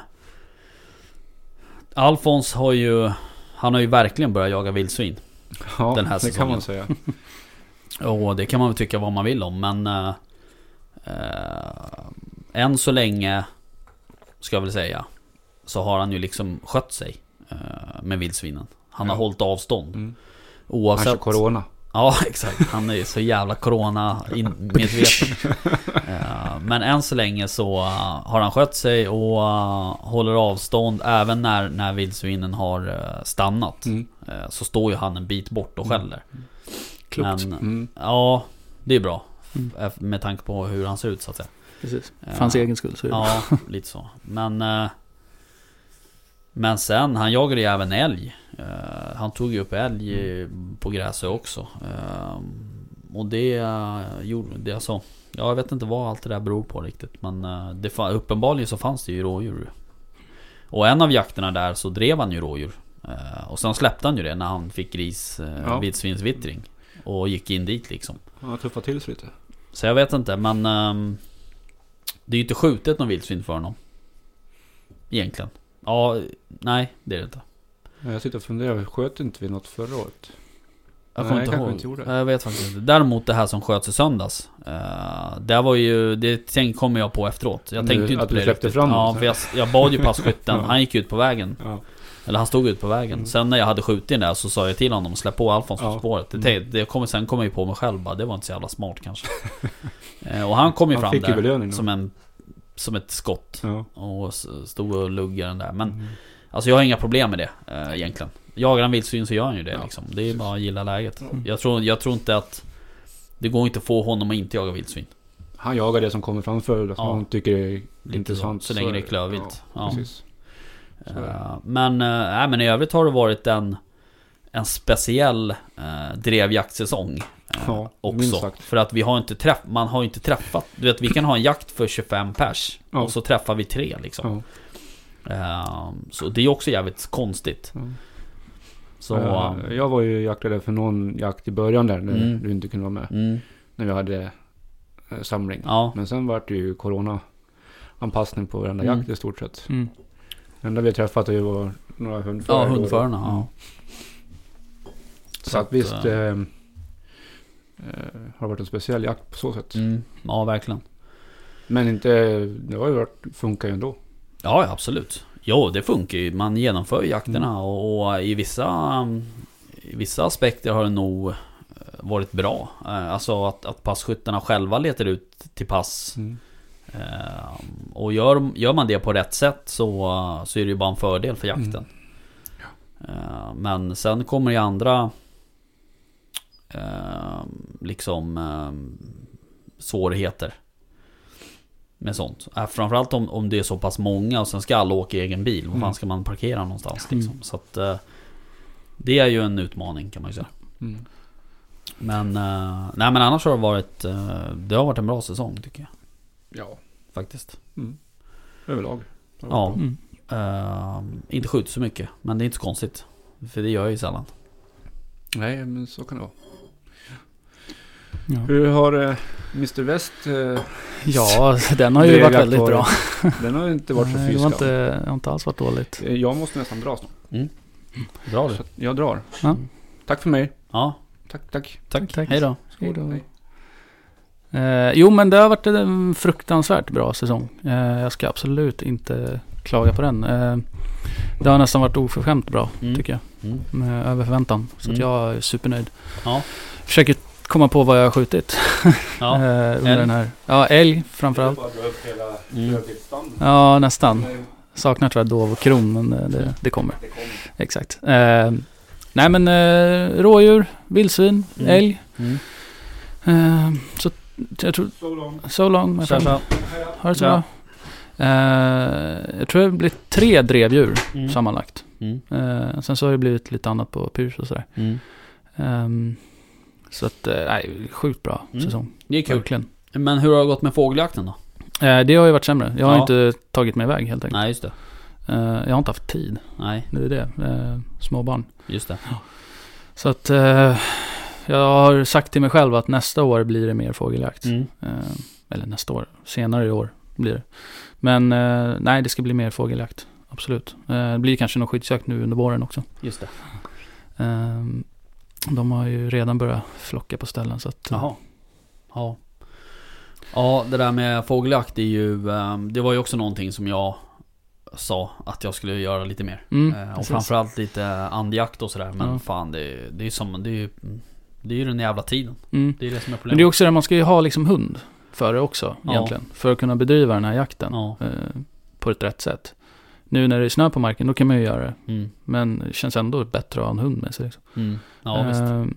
C: Alfons har ju, han har ju verkligen börjat jaga vildsvin.
A: Ja,
C: den här
A: det
C: säsongen.
A: kan man säga.
C: Och det kan man väl tycka vad man vill om. Men uh, uh, än så länge, ska jag väl säga, så har han ju liksom skött sig uh, med vildsvinen. Han har ja. hållit avstånd. Mm. Oavsett
A: han kör corona.
C: Ja, exakt. Han är så jävla corona medveten. uh, Men än så länge så uh, har han skött sig och uh, håller avstånd. Även när, när vildsvinen har uh, stannat. Mm. uh, Så står ju han en bit bort och skäller.
A: Mm. Klokt.
C: Men
A: mm.
C: ja, det är bra.
B: Mm.
C: Med tanke på hur han ser ut, så att säga.
B: Precis, för hans uh, egen skull så är det.
C: Ja, lite så. Men uh, Men sen, han jagade ju även älg. uh, Han tog ju upp älg mm. på Gräsö också. uh, Och det uh, gjorde det alltså. Ja, jag vet inte vad allt det där beror på riktigt. Men uh, det, uppenbarligen så fanns det ju rådjur. Och en av jakterna där så drev han ju rådjur. uh, Och sen släppte han ju det när han fick gris uh, ja. vildsvinsvittring. Och gick in dit liksom.
A: Ja, tuffa till sig lite.
C: Så jag vet inte, men um, det är ju inte skjutet någon vildsvin för honom egentligen. Ja, nej, det är det inte.
A: Jag sitter och funderar, sköt inte vi något förra året?
C: Jag kommer inte ihåg. Inte gjorde. Jag vet faktiskt inte. Däremot det här som sköts i söndags. Uh, det var ju, det kommer jag på efteråt. Jag tänkte ju inte på det riktigt.
A: Fram
C: ja, för jag, jag bad ju passkytten. Han gick ut på vägen. Ja. Eller han stod ut på vägen. Mm. Sen när jag hade skjutit där så sa jag till honom att släppa på Alfons ja. på spåret. Det, det kommer, sen kom jag ju på mig själv bara, det var inte så jävla smart kanske. uh, och han kom ju han fram där som en som ett skott. Ja. Och stod och luggade den där. Men mm. alltså jag har inga problem med det uh, egentligen. Jagar han vildsvin så gör han ju det ja. liksom. Det är bara att gilla läget. Mm. Jag, tror, jag tror inte att det går inte att få honom att inte jaga vildsvin.
A: han jagar det som kommer framför. Som ja. han tycker är lite intressant.
C: Så, så länge det är klövvilt.
A: Ja, ja. Precis.
C: Uh, men, uh, äh, men i övrigt har det varit en, en speciell uh, drevjaktsäsong. Uh, ja, också. För att vi har inte träff, man har inte träffat. Du vet, vi kan ha en jakt för tjugofem pers. Ja. Och så träffar vi tre liksom. Ja. Uh, så det är också jävligt konstigt. Ja. Så,
A: uh, jag var ju jaktade för någon jakt i början där. När mm. du inte kunde vara med. Mm. När vi hade uh, samling. Ja. Men sen var det ju corona-anpassning på varenda mm. jakt i stort sett. Mm. Det enda vi har träffat är ju var några hundförare.
C: Ja, hundförarna. Ja.
A: Så, så att visst äh, äh, har varit en speciell jakt på så sätt.
C: Mm. Ja, verkligen.
A: Men inte, det har ju varit, funkar ju ändå.
C: Ja, absolut. Jo, det funkar ju. Man genomför jakterna mm. och, och i vissa i vissa aspekter har det nog varit bra. Alltså att, att passkyttarna själva letar ut till pass. Mm. Uh, och gör, gör man det på rätt sätt så, så är det ju bara en fördel för jakten. Mm. Ja. Uh, men sen kommer ju andra uh, liksom uh, svårigheter med sånt. Uh, framförallt om, om det är så pass många och sen ska alla åka i egen bil. Var fan mm. ska man parkera någonstans liksom? Mm. Så att uh, det är ju en utmaning kan man ju säga. Mm. Men, uh, nej, men annars har det varit uh, det har varit en bra säsong tycker jag.
A: Ja,
C: faktiskt.
A: Mm. Överlag.
C: Ja. Mm. Uh, inte skjuter så mycket, men det är inte så konstigt. För det gör jag ju sällan.
A: Nej, men så kan det vara. Ja. Hur har uh, mister West uh,
B: Ja, den har ju varit väldigt varit, bra.
A: Den har inte varit så fysisk.
B: Det har inte, det har inte alls varit dåligt.
A: Jag måste nästan dra snart.
C: Mm. Dra du.
A: Jag drar.
B: Ja.
A: Tack för mig.
C: Ja.
A: Tack, tack.
C: Tack, tack. Hej då.
B: Hej då. Eh, jo, men det har varit en fruktansvärt bra säsong. Eh, jag ska absolut inte klaga på den. Eh, det har nästan varit oförskämt bra, mm. tycker jag. Mm. Med över förväntan. Så mm. att jag är supernöjd.
C: Ja.
B: Försöker komma på vad jag har skjutit.
C: Ja.
B: eh, under den här. Ja, älg framförallt.
A: Mm.
B: Ja, nästan. Saknar tyvärr dov och kron, men det, det, det kommer.
A: Det kommer.
B: Exakt. Eh, nej, men eh, rådjur, vildsvin, mm. älg. Mm. Eh, så jag tror
A: so long,
B: so long my friend. Har det så bra. Uh, jag tror det blir tre drevdjur mm. sammanlagt. Mm. Uh, sen så har det blivit lite annat på pyrs och sådär. Mm. Um, så att, uh, nej, sjukt bra mm. säsong.
C: Det är kul. Verkligen. Men hur har det gått med fågeljakten då?
B: Uh, det har ju varit sämre. Jag har ja. inte tagit mig iväg helt enkelt.
C: Nej, just det.
B: Uh, jag har inte haft tid.
C: Nej.
B: Det är det. Uh, små barn.
C: Just det.
B: Ja. Så att... Uh, jag har sagt till mig själv att nästa år blir det mer fågeljakt. Mm. Eh, eller nästa år. Senare i år blir det. Men eh, nej, det ska bli mer fågeljakt. Absolut. Eh, det blir kanske någon skyddsjakt nu under våren också.
C: Just det.
B: Eh, de har ju redan börjat flocka på ställen. Så att,
C: Jaha. Ja. Ja, det där med fågeljakt är ju... Eh, det var ju också någonting som jag sa att jag skulle göra lite mer.
B: Mm,
C: eh, och framförallt lite andjakt och sådär. Men mm. fan, det, det är ju som... Det är ju, Det är ju den jävla tiden. Mm. Det är det som är problemet.
B: Men det är också det, man ska ju ha liksom hund för det också ja. egentligen. För att kunna bedriva den här jakten
C: ja.
B: eh, på ett rätt sätt. Nu när det är snö på marken, då kan man ju göra det. Mm. Men det känns ändå bättre att ha en hund med sig. Liksom.
C: Mm. Ja,
B: eh,
C: visst.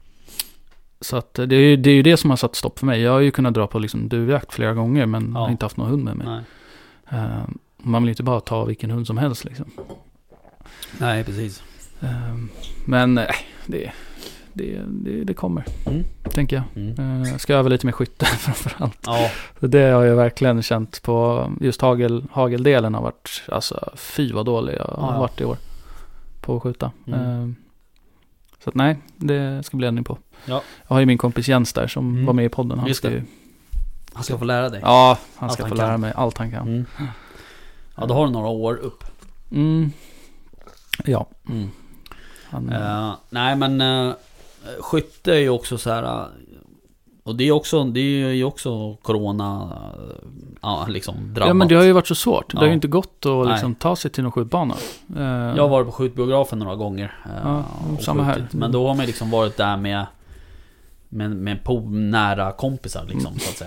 B: Så att det är, det är ju det som har satt stopp för mig. Jag har ju kunnat dra på liksom duvjakt flera gånger, men ja. har inte haft någon hund med mig.
C: Nej.
B: Eh, man vill inte bara ta vilken hund som helst liksom.
C: Nej, precis.
B: Eh, men nej, det är... Det, det, det kommer, mm. tänker jag. Mm. Uh, ska öva lite med skytte framförallt.
C: Ja.
B: Så det har jag verkligen känt på just hagel, hageldelen har varit, alltså fy vad dålig jag har ja. varit i år på att skjuta. Mm. Uh, så att nej, det ska bli ändring på.
C: Ja.
B: Jag har ju min kompis Jens där som mm. var med i podden. Han
C: just
B: ska
C: det.
B: ju...
C: Han ska få lära dig.
B: Ja, han
C: allt
B: ska
C: han
B: få
C: kan.
B: lära mig allt han kan.
C: Mm. Ja, då har du några år upp.
B: Mm. Ja.
C: Mm.
B: Han,
C: uh, nej, men... Uh, skytte är ju också så här, och det är också det är ju också corona ja, liksom drabbat.
B: Ja, men det har ju varit så svårt. Det ja. har ju inte gått att liksom ta sig till någon skjutbana.
C: Jag har varit på skjutbiografen några gånger.
B: Ja, samma här.
C: Men då har man liksom varit där med med, med på nära kompisar liksom, mm. så att säga.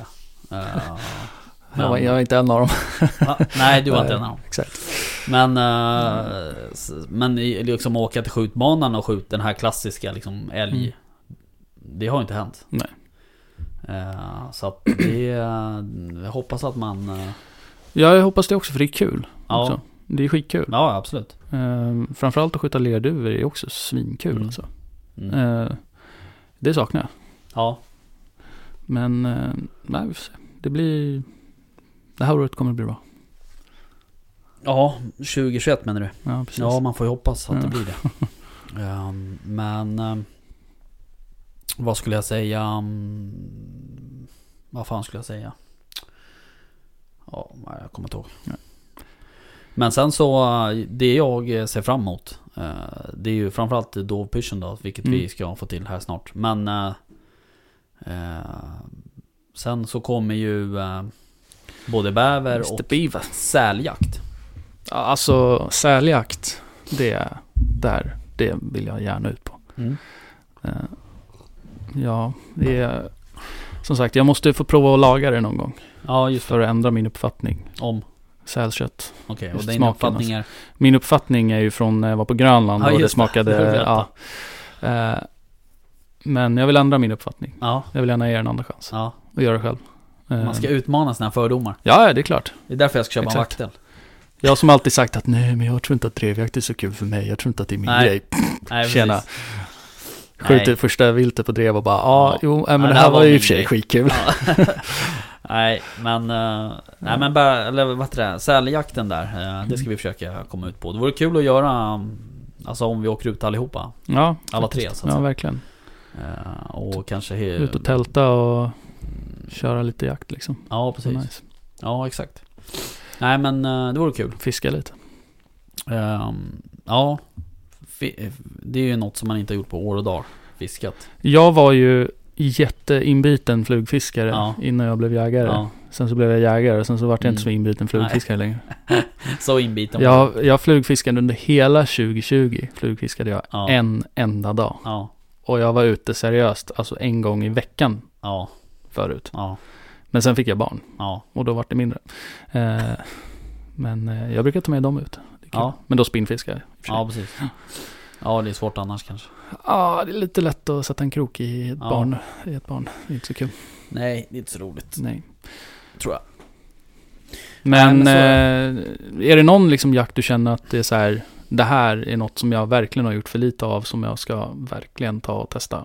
B: Men, jag, var, jag var inte en av dem.
C: Ja, nej, du var inte en av dem.
B: Exakt.
C: Men uh, men liksom åka till skjutbanan och skjuta den här klassiska liksom älg. Mm. Det har inte hänt.
B: Nej.
C: Uh, så att det, jag hoppas att man... Uh...
B: Ja, jag hoppas det också, för det är kul.
C: Ja.
B: Också. Det är skitkul.
C: Ja, absolut.
B: Uh, framförallt att skjuta lerduvor är också svinkul. Mm. Alltså. Mm. Uh, det saknar jag.
C: Ja.
B: Men, uh, nej, vi får se. Det blir... Det här året kommer att bli bra.
C: Ja, tjugo tjugoett menar du?
B: Ja, precis.
C: Ja, man får ju hoppas att
B: ja.
C: det blir det. um, men... Um, vad skulle jag säga? Um, vad fan skulle jag säga? Ja, jag kommer inte ihåg. Ja. Men sen så, det jag ser fram emot, det är ju framförallt dovpyschen då, vilket mm. vi ska få till här snart. Men eh, sen så kommer ju eh, både bäver och
B: Beaver.
C: säljakt.
B: Ja, alltså säljakt, det är där, det vill jag gärna ut på. Mm. Eh, ja, det är som sagt, jag måste få prova att laga det någon gång.
C: Ja, just
B: för att ändra min uppfattning
C: om
B: sälkött.
C: Okej, okay, och din uppfattning är?
B: Min uppfattning är ju från när jag var på Grönland ja, och det smakade... Det. Ja, eh, men jag vill ändra min uppfattning. Ja. Jag vill gärna ge en andra chans. Ja. Och göra det själv. Eh,
C: Man ska utmana sina fördomar.
B: Ja, det är klart.
C: Det är därför jag ska köpa Exakt. en vaktel.
B: Jag som alltid sagt att nej, men jag tror inte att drevjakt är så kul för mig. Jag tror inte att det är min
C: nej.
B: grej.
C: Nej,
B: Tjena. Skjuter första viltet på drev och bara, ah, ja, jo, men ja, det här var ju i och för sig skitkul. Ja.
C: Nej, men uh, nej, men bara, eller vad heter det, säljakten där, uh, det ska vi försöka komma ut på. Det vore kul att göra, um, alltså om vi åker ut allihopa.
B: Ja,
C: alla tre så att
B: ja, verkligen.
C: Uh, och kanske he-
B: ut och tälta och köra lite jakt liksom.
C: Ja, precis. Nice. Ja, exakt. Nej, men uh, det vore kul.
B: Fiska lite.
C: Um, ja, fi- det är ju något som man inte har gjort på år och dag. Fiskat.
B: Jag var ju jätteinbiten flugfiskare ja. innan jag blev jägare. Ja. Sen så blev jag jägare och sen så vart jag mm. inte så inbiten flugfiskare Nej. längre.
C: Så inbiten.
B: Jag, jag flugfiskade under hela tjugo tjugo. Flugfiskade jag ja. en enda dag. Ja. Och jag var ute seriöst, alltså en gång i veckan ja. förut. Ja. Men sen fick jag barn. Ja. Och då vart det mindre. Eh, men eh, jag brukar ta med dem ut. Ja. Men då spinnfiskar jag.
C: Ja, precis. Ja, det är svårt annars kanske.
B: Ja, det är lite lätt att sätta en krok i ett, ja. barn, i ett barn. Det är inte så kul.
C: Nej, det är inte så roligt.
B: Nej.
C: Tror jag.
B: Men, Nej, men är... Eh, är det någon liksom jakt du känner att det är så här, det här är något som jag verkligen har gjort för lite av, som jag ska verkligen ta och testa?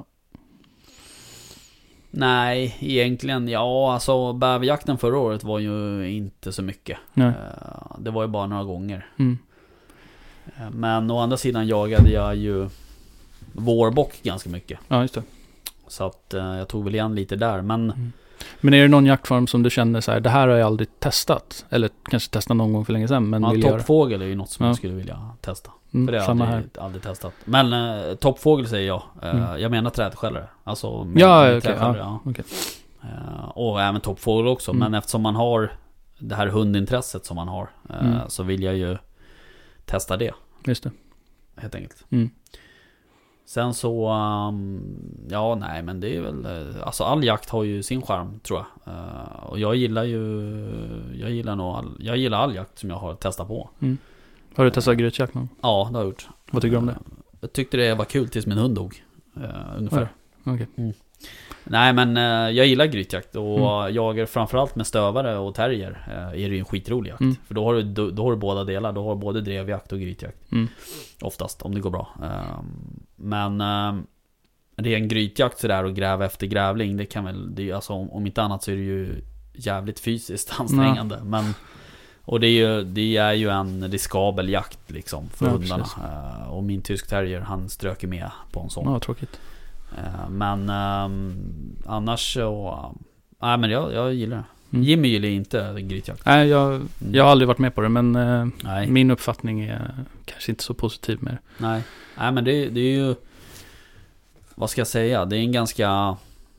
C: Nej, egentligen, ja, alltså bäverjakten förra året var ju inte så mycket. Nej. Det var ju bara några gånger. Mm. Men å andra sidan jagade jag ju vårbock ganska mycket.
B: Ja, just det.
C: Så att eh, jag tog väl igen lite där. Men,
B: mm. men är det någon jaktform som du känner så här, det här har jag aldrig testat? Eller kanske testat någon gång för länge sedan, men
C: ja,
B: vill
C: toppfågel
B: göra.
C: är ju något som ja. jag skulle vilja testa.
B: Mm,
C: för det har
B: samma
C: jag aldrig, aldrig testat. Men eh, toppfågel säger jag. Eh, mm. Jag menar trädskällare. Alltså med,
B: ja,
C: med
B: okay, ja,
C: ja.
B: Okay.
C: Eh, och även toppfågel också. Mm. Men eftersom man har det här hundintresset som man har eh, mm. så vill jag ju testa det.
B: Just det.
C: Helt enkelt.
B: Mm.
C: Sen så um, ja, nej, men det är väl alltså all jakt har ju sin charm, tror jag. Uh, och jag gillar ju jag gillar nog all, jag gillar all jakt som jag har testat på.
B: Mm. Har du testat grytjakt någon?
C: Ja, det har jag gjort.
B: Vad tycker du om det?
C: Jag tyckte det var kul tills min hund dog. Uh, ungefär.
B: Ja. Okay.
C: Mm. Nej, men uh, jag gillar grytjakt och mm. jagar framförallt med stövare och terrier. Uh, är det ju en skitrolig jakt. Mm. För då har, du, då, då har du båda delar. Då har du både drevjakt och grytjakt. Mm. Oftast, om det går bra. Uh, men uh, det är en grytjakt sådär och gräva efter grävling. Det kan väl, det är, alltså, om, om inte annat så är det ju jävligt fysiskt ansträngande. Mm. Men, och det är, ju, det är ju en riskabel jakt liksom för ja, hundarna. Uh, och min tysk terrier, han strök med på en sån.
B: Ja, tråkigt.
C: Men um, annars så nej, men jag, jag gillar det. Mm. Jimmy gillar inte grytjakt.
B: Nej, jag, mm. jag har aldrig varit med på det. Men uh, min uppfattning är kanske inte så positiv med det.
C: Nej, nej men det, det är ju, vad ska jag säga, det är en ganska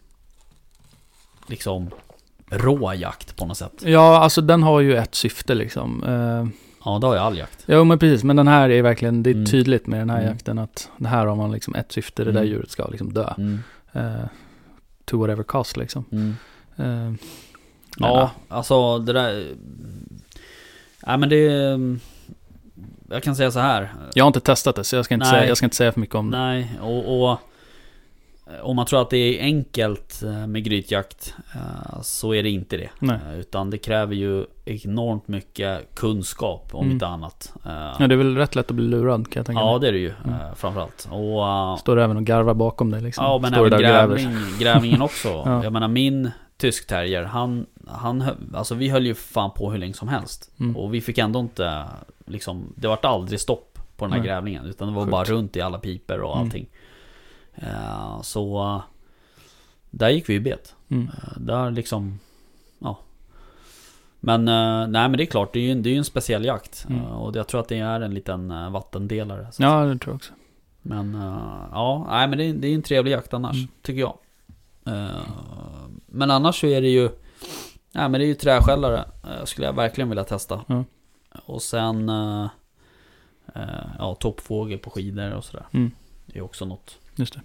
C: liksom rå jakt på något sätt.
B: Ja, alltså den har ju ett syfte liksom. uh,
C: Ja, det har ju all jakt.
B: Ja, men precis. Men den här är verkligen, det är tydligt med den här mm. jakten att det här har man liksom ett syfte, det mm. där djuret ska liksom dö. Mm. Uh, to whatever cost liksom. Mm. Uh,
C: ja, alltså det där... Ja, men det... Jag kan säga så här.
B: Jag har inte testat det, så jag ska inte, säga, jag ska inte säga för mycket om det.
C: Nej, och... och om man tror att det är enkelt med grytjakt, så är det inte det.
B: Nej.
C: Utan det kräver ju enormt mycket kunskap, om mm. inte annat.
B: Ja, det är väl rätt lätt att bli lurad, kan jag tänka.
C: Ja, det är det ju, mm. framförallt. Och,
B: står även och garvar bakom dig liksom.
C: Ja, men
B: står
C: även grävling, grävlingen också. Ja. Jag menar, min tysk terrier, han, han, alltså vi höll ju fan på hur länge som helst. Mm. Och vi fick ändå inte, liksom, det vart aldrig stopp på den här Nej. grävlingen. Utan det var Sjukt. bara runt i alla piper och allting. Mm. Uh, så uh, där gick vi ju bet. Mm. Uh, där liksom, ja. Men uh, nej, men det är klart, det är ju, det är ju en speciell jakt. Mm. Uh, och jag tror att det är en liten uh, vattendelare. Så.
B: Ja, det tror jag också.
C: Men uh, ja, nej, men det är, det är en trevlig jakt annars, mm. tycker jag. Uh, men annars så är det ju, nej, men det är ju träskällare. Uh, skulle jag verkligen vilja testa. Mm. Och sen uh, uh, ja, toppfågel på skidor och sådär. Mm. Det är också något.
B: Just det.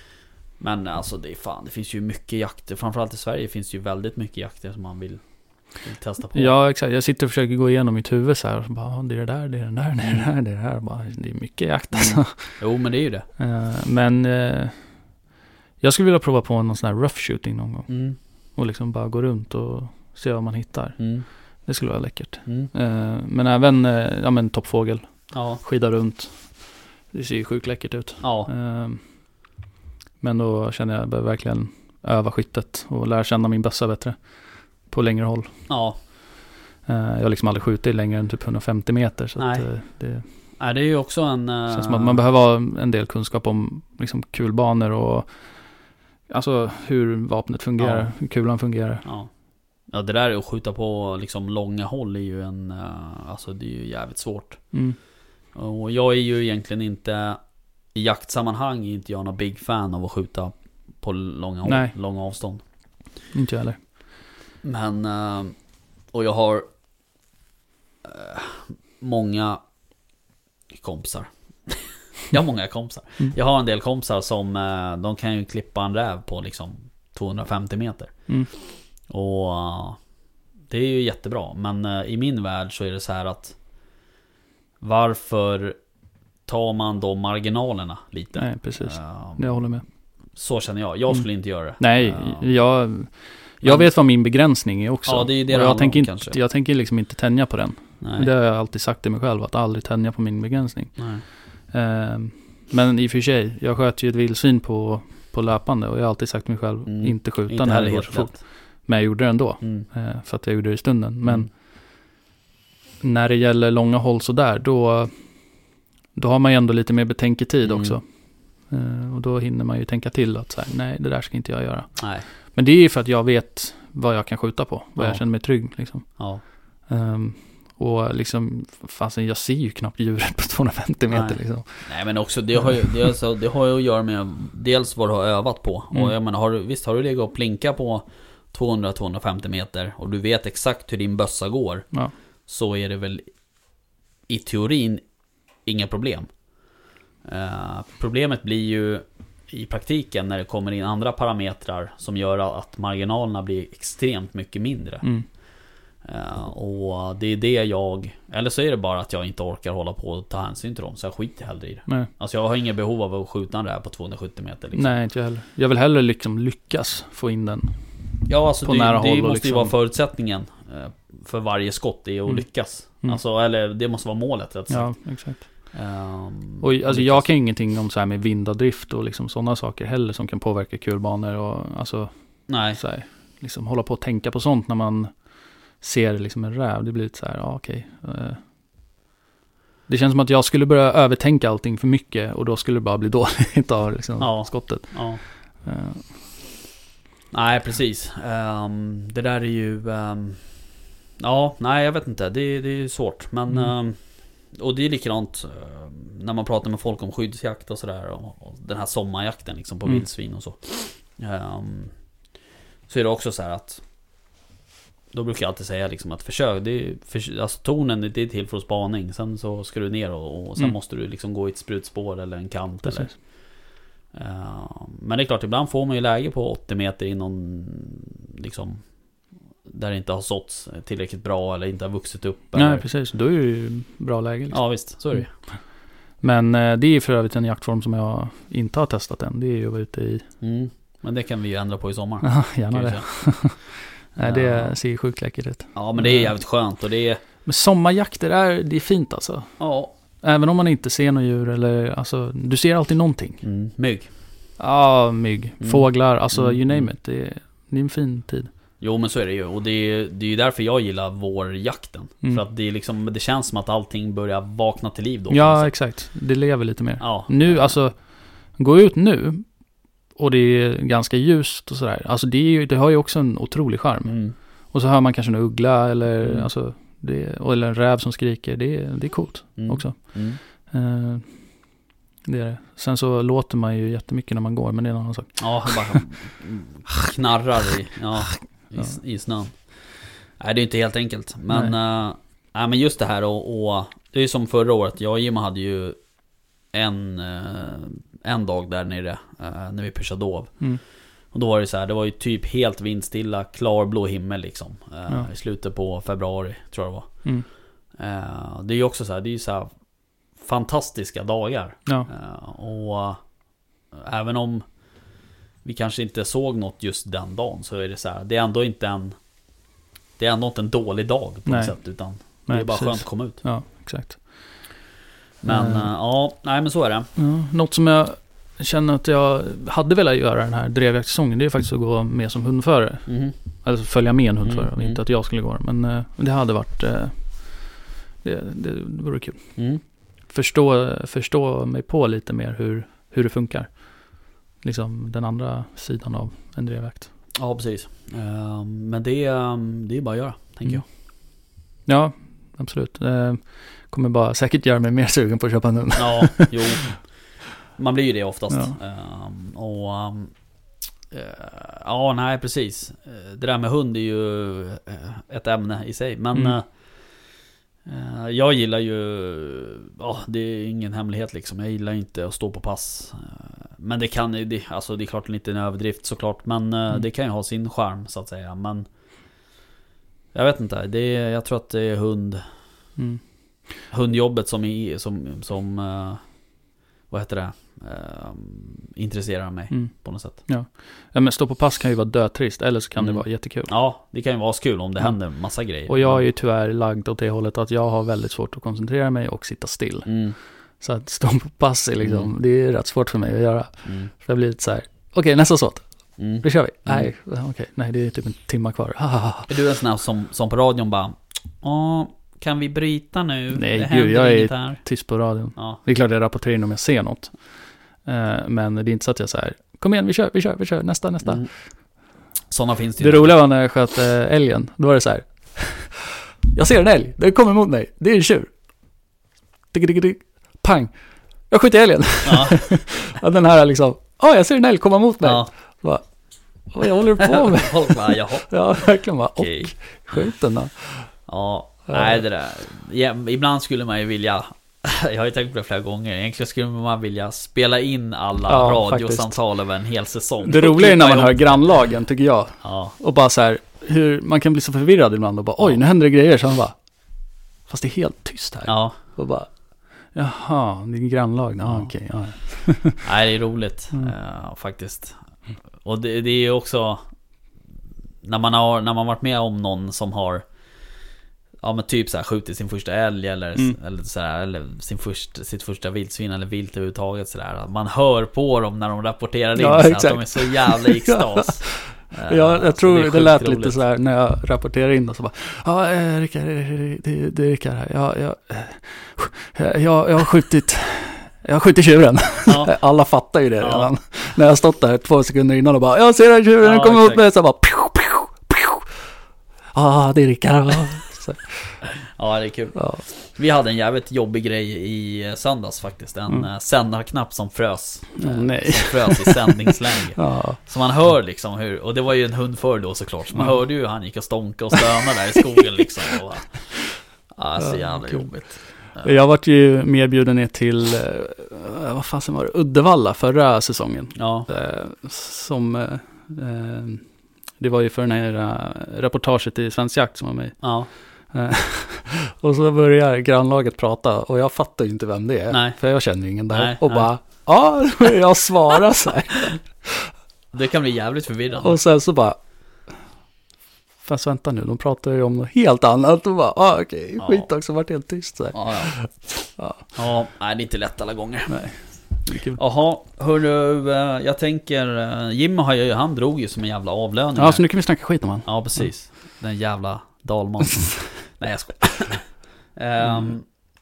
C: Men alltså det är fan, det finns ju mycket jakter. Framförallt i Sverige finns det ju väldigt mycket jakter som man vill, vill testa på.
B: Ja, exakt. Jag sitter och försöker gå igenom mitt huvud så här. Och bara, det är det där, det är det där, det är det där, det är det här. Bara, det är mycket jakt alltså. Mm.
C: Jo, men det är ju det.
B: Uh, men uh, jag skulle vilja prova på någon sån här rough shooting någon gång. Mm. Och liksom bara gå runt och se vad man hittar. Mm. Det skulle vara läckert. Mm. Uh, men även uh, ja, men toppfågel. Ja. Skida runt. Det ser ju sjukt läckert ut. Ja. Uh, men då känner jag att jag behöver verkligen öva skyttet och lära känna min bössa bättre på längre håll. Ja. Uh, jag har liksom aldrig skjutit längre än typ hundrafemtio meter. Så
C: Nej.
B: Att, uh, det,
C: Nej, det är ju också en...
B: Uh... känns som att man behöver ha en del kunskap om liksom, kulbanor och alltså hur vapnet fungerar, ja. hur kulan fungerar.
C: Ja. Ja, det där att skjuta på liksom långa håll är ju en... Uh, alltså det är ju jävligt svårt. Mm. Och jag är ju egentligen inte... I jaktsammanhang är inte jag någon big fan av att skjuta på långa, håll, långa avstånd.
B: Inte jag heller.
C: Men... Uh, och jag har... Uh, många... kompisar. Jag har många kompisar. Mm. Jag har en del kompisar som uh, de kan ju klippa en räv på liksom tvåhundrafemtio meter. Mm. Och uh, det är ju jättebra. Men uh, i min värld så är det så här att varför tar man de marginalerna lite?
B: Nej, precis. Uh, jag håller med.
C: Så känner jag. Jag skulle mm. inte göra det.
B: Nej, uh, jag, jag vet vad min begränsning är också.
C: Ja, det är det
B: och
C: det
B: jag, tänker
C: om,
B: inte, jag tänker liksom inte tänja på den. Nej. Det har jag alltid sagt till mig själv, att aldrig tänja på min begränsning. Nej. Uh, men i och för sig, jag sköt ju ett vildsvin på, på löpande och jag har alltid sagt till mig själv, mm. inte skjuta inte när det går så fort. Men jag gjorde det ändå, mm. uh, för att jag gjorde det i stunden. Men mm. när det gäller långa håll så där, då, då har man ju ändå lite mer betänketid mm. också. Uh, och då hinner man ju tänka till att så här, nej, det där ska inte jag göra. Nej. Men det är ju för att jag vet vad jag kan skjuta på, vad ja. jag känner mig trygg liksom. Ja. Um, och liksom, fasen, jag ser ju knappt djuret på tvåhundrafemtio meter.
C: Nej.
B: Liksom.
C: Nej, men också det har ju det, alltså, det har ju att göra med dels vad du har övat på. Mm. Och jag menar, har du, visst har du legat och plinka på tvåhundra till tvåhundrafemtio meter och du vet exakt hur din bössa går, ja. så är det väl i teorin inga problem. Uh, problemet blir ju i praktiken när det kommer in andra parametrar som gör att marginalerna blir extremt mycket mindre. Mm. Uh, och det är det jag... Eller så är det bara att jag inte orkar hålla på och ta hänsyn till dem, så jag skiter hellre i det. Nej. Alltså jag har inget behov av att skjuta den där på tvåhundrasjuttio meter liksom. Nej,
B: inte jag heller. Jag vill hellre liksom lyckas få in den.
C: Ja, alltså på det, nära det håll måste liksom... ju vara förutsättningen uh, för varje skott är att mm. lyckas. Mm. Alltså, eller det måste vara målet rätt sagt.
B: Ja, exakt. Um, och alltså jag kan ju ingenting om så här med vindadrift och liksom sådana saker heller som kan påverka kulbanor och alltså
C: nej.
B: Så här, liksom hålla på och tänka på sånt när man ser liksom en räv. Det blir lite så här, ja okej. Uh, det känns som att jag skulle börja övertänka allting för mycket och då skulle det bara bli dåligt av liksom ja. skottet. Ja. Uh.
C: Nej, precis. Um, det där är ju um, ja, nej jag vet inte. Det, det är svårt, men mm. um, och det är likadant uh, när man pratar med folk om skyddsjakt och sådär och, och den här sommarjakten liksom på mm. vildsvin och så. Um, så är det också så här att då brukar jag alltid säga liksom att försök, det är, för, alltså tonen det är till för spaning, sen så ska du ner och, och sen mm. måste du liksom gå i ett sprutspår eller en kant. Precis. Eller uh, men det är klart, ibland får man ju läge på åttio meter i någon liksom där det inte har såtts tillräckligt bra eller inte har vuxit upp.
B: Nej,
C: eller...
B: precis. Då är det ju bra läge. Liksom.
C: Ja, visst. Så är det.
B: Men eh, det är för övrigt en jaktform som jag inte har testat än. Det är ju att vara ute i...
C: Mm. Men det kan vi ju ändra på i sommar.
B: Ja, gärna det. Nej, det ja. ser ju sjukt läckert ut.
C: Ja, men det är jävligt skönt. Och det är...
B: Men sommarjakter är, det är fint alltså.
C: Ja.
B: Även om man inte ser några djur eller... Alltså, du ser alltid någonting.
C: Mm. Mygg.
B: Ja, mygg. Mm. Fåglar. Alltså,
C: mm.
B: you name it. Det är, det är en fin tid.
C: Jo, men så är det ju. Och det är, det är ju därför jag gillar vårjakten. Mm. För att det är liksom, det känns som att allting börjar vakna till liv då.
B: Ja, exakt. Det lever lite mer.
C: Ja.
B: Nu, alltså, gå ut nu och det är ganska ljust och sådär. Alltså det, är ju, det har ju också en otrolig charm. Mm. Och så hör man kanske en uggla eller, mm. alltså, det, eller en räv som skriker. Det, det är coolt mm. också. Mm. Uh, det är det. Sen så låter man ju jättemycket när man går, men det är en annan sak.
C: Ja, bara knarrar i, ja, i, ja. i snön. Nej, det är inte helt enkelt. Men, nej. Uh, nej, men just det här och, och det är ju som förra året. Jag och Jim hade ju en, uh, en dag där nere uh, när vi pyschade dov. Mm. Och då var det så här, det var ju typ helt vindstilla, klar blå himmel liksom. Uh, ja. I slutet på februari tror jag det var. Mm. Uh, det är ju också så här, det är ju så här fantastiska dagar. Ja. Uh, och uh, även om vi kanske inte såg något just den dagen, så är det så här, det är ändå inte en det är ändå inte en dålig dag på något sätt, utan nej, det är bara precis. Skönt att komma ut.
B: Ja, exakt.
C: Men uh, uh, ja, nej men så är det.
B: Ja, något som jag känner att jag hade velat göra den här drevjaktsäsongen, det är faktiskt att gå med som hundförare. Mm. Alltså följa med en hundförare, mm. inte att jag skulle gå, men uh, det hade varit uh, det, det vore kul. Mm. Förstå, förstå mig på lite mer hur, hur det funkar. Liksom den andra sidan av en drevjakt.
C: Ja, precis. Uh, men det, um, det är bara att göra, tänker mm.
B: jag. Ja, absolut. Uh, kommer bara säkert göra mig mer sugen på att köpa en hund.
C: Ja, jo. Man blir ju det oftast. Ja, uh, och, um, uh, ja nej, precis. Uh, det där med hund är ju uh, ett ämne i sig. Men mm. uh, Uh, jag gillar ju, ja oh, det är ingen hemlighet liksom. Jag gillar inte att stå på pass. Uh, men det kan det, alltså det är klart lite en överdrift såklart, men uh, mm. det kan ju ha sin charm så att säga. Men jag vet inte, det är, jag tror att det är hund mm. hundjobbet som är, som som uh, vad heter det? Uh, intresserar mig mm. på något sätt.
B: Ja. Ja, men stå på pass kan ju vara dötrist, eller så kan mm. det vara jättekul.
C: Ja, det kan ju vara kul om det mm. händer massa grejer.
B: Och jag är ju tyvärr lagd åt det hållet att jag har väldigt svårt att koncentrera mig och sitta still. Mm. Så att stå på pass är liksom, mm. det är rätt svårt för mig att göra. Mm. För det blir lite så här, okej, okay, nästa såt. Mm. Det kör vi. Mm. Nej, okej, okay, nej, det är typ en timma kvar.
C: Är du en sån här som, som på radion bara, åh, kan vi bryta nu?
B: Nej, det gud, jag är här. Tyst på radion. Ja. Det är klart jag rapporterar in om jag ser något. Uh, men det är inte så att jag säger, kom igen, vi kör, vi kör, vi kör, nästa, nästa. Mm.
C: Sådana finns det
B: ju. Det roliga var när jag sköt uh, älgen. Då var det så här, jag ser en älg, den kommer mot mig. Det är en tjur. Dig, dig, dig. Pang. Jag skjuter älgen. Ja. Och den här liksom, ja, oh, jag ser en älg komma mot mig. Ja. Bara, vad jag håller på med? Ja, verkligen bara, okay. Och skjut den då.
C: Ja, nej det där. Ja, ibland skulle man ju vilja, jag har ju tänkt på det flera gånger, egentligen skulle man vilja spela in alla ja, radiosamtal över en hel säsong. Det roliga är när man hör grannlagen, tycker jag. Ja. Och bara så här, hur man kan bli så förvirrad ibland och bara, oj, nu händer det grejer. Så man bara, fast det är helt tyst här. Ja. Och bara, jaha, det är grannlag. Ja, okej. Okay, ja. Nej, det är roligt mm. uh, faktiskt. Och det, det är ju också när man har när man varit med om någon som har, ja men typ så här skjutit sin första älg eller mm. eller så här, eller sin första sitt första vildsvin eller vilt överhuvudtaget så där. Man hör på dem när de rapporterar in ja, så att de är så jävla i extas. Ja, jag, jag tror det, det lät roligt. Lite så här när jag rapporterar in och så bara, ja, eh, Rickard, det, det, det är Rickard här. Jag, jag, jag, jag, jag har skjutit jag har skjutit tjuren. Ja. Alla fattar ju det ja. Redan. När jag har stått där två sekunder innan och bara, jag ser den tjuren, ja, den kommer mot mig. Så bara, piu, piu, piu. Ah, det är Rickard. Ja, det är kul. Ja. Vi hade en jävligt jobbig grej i söndags faktiskt. En mm. sändarknapp som frös. Oh, nej. Som frös i sändningsläge. Ja. Så man hör liksom hur, och det var ju en hund för då såklart. Så man mm. hörde ju hur han gick och stonka och stöna där i skogen liksom. Och, ja, så jävla ja, jobbigt. Ja. Jag var ju medbjuden ner till eh, vad fasen var det? Uddevalla förra säsongen. Ja. Eh, som eh, det var ju för den här reportaget i Svensk Jakt som var med. Ja.
B: Och så börjar grannlaget prata och jag fattar ju inte vem det är.
C: Nej.
B: För jag känner ju ingen där.
C: Nej,
B: och
C: nej.
B: bara, ja, jag svarar så här.
C: Det kan bli jävligt förvirrande.
B: Och sen så bara, fast vänta nu, de pratar ju om något helt annat. Och bara, ah, okej, okay,
C: Ja.
B: skit också, vart helt tyst så här.
C: Ja, ja.
B: Ja.
C: Ja, nej, det är inte lätt alla gånger.
B: Nej.
C: Jaha, hörru, eh, jag tänker, eh, Jimmy har ju, han drog ju som en jävla avlöning.
B: Ja,
C: här.
B: så nu kan vi snacka skit om han.
C: Ja, precis. Den jävla dalman. Nej, jag skojar. um,
B: Mm.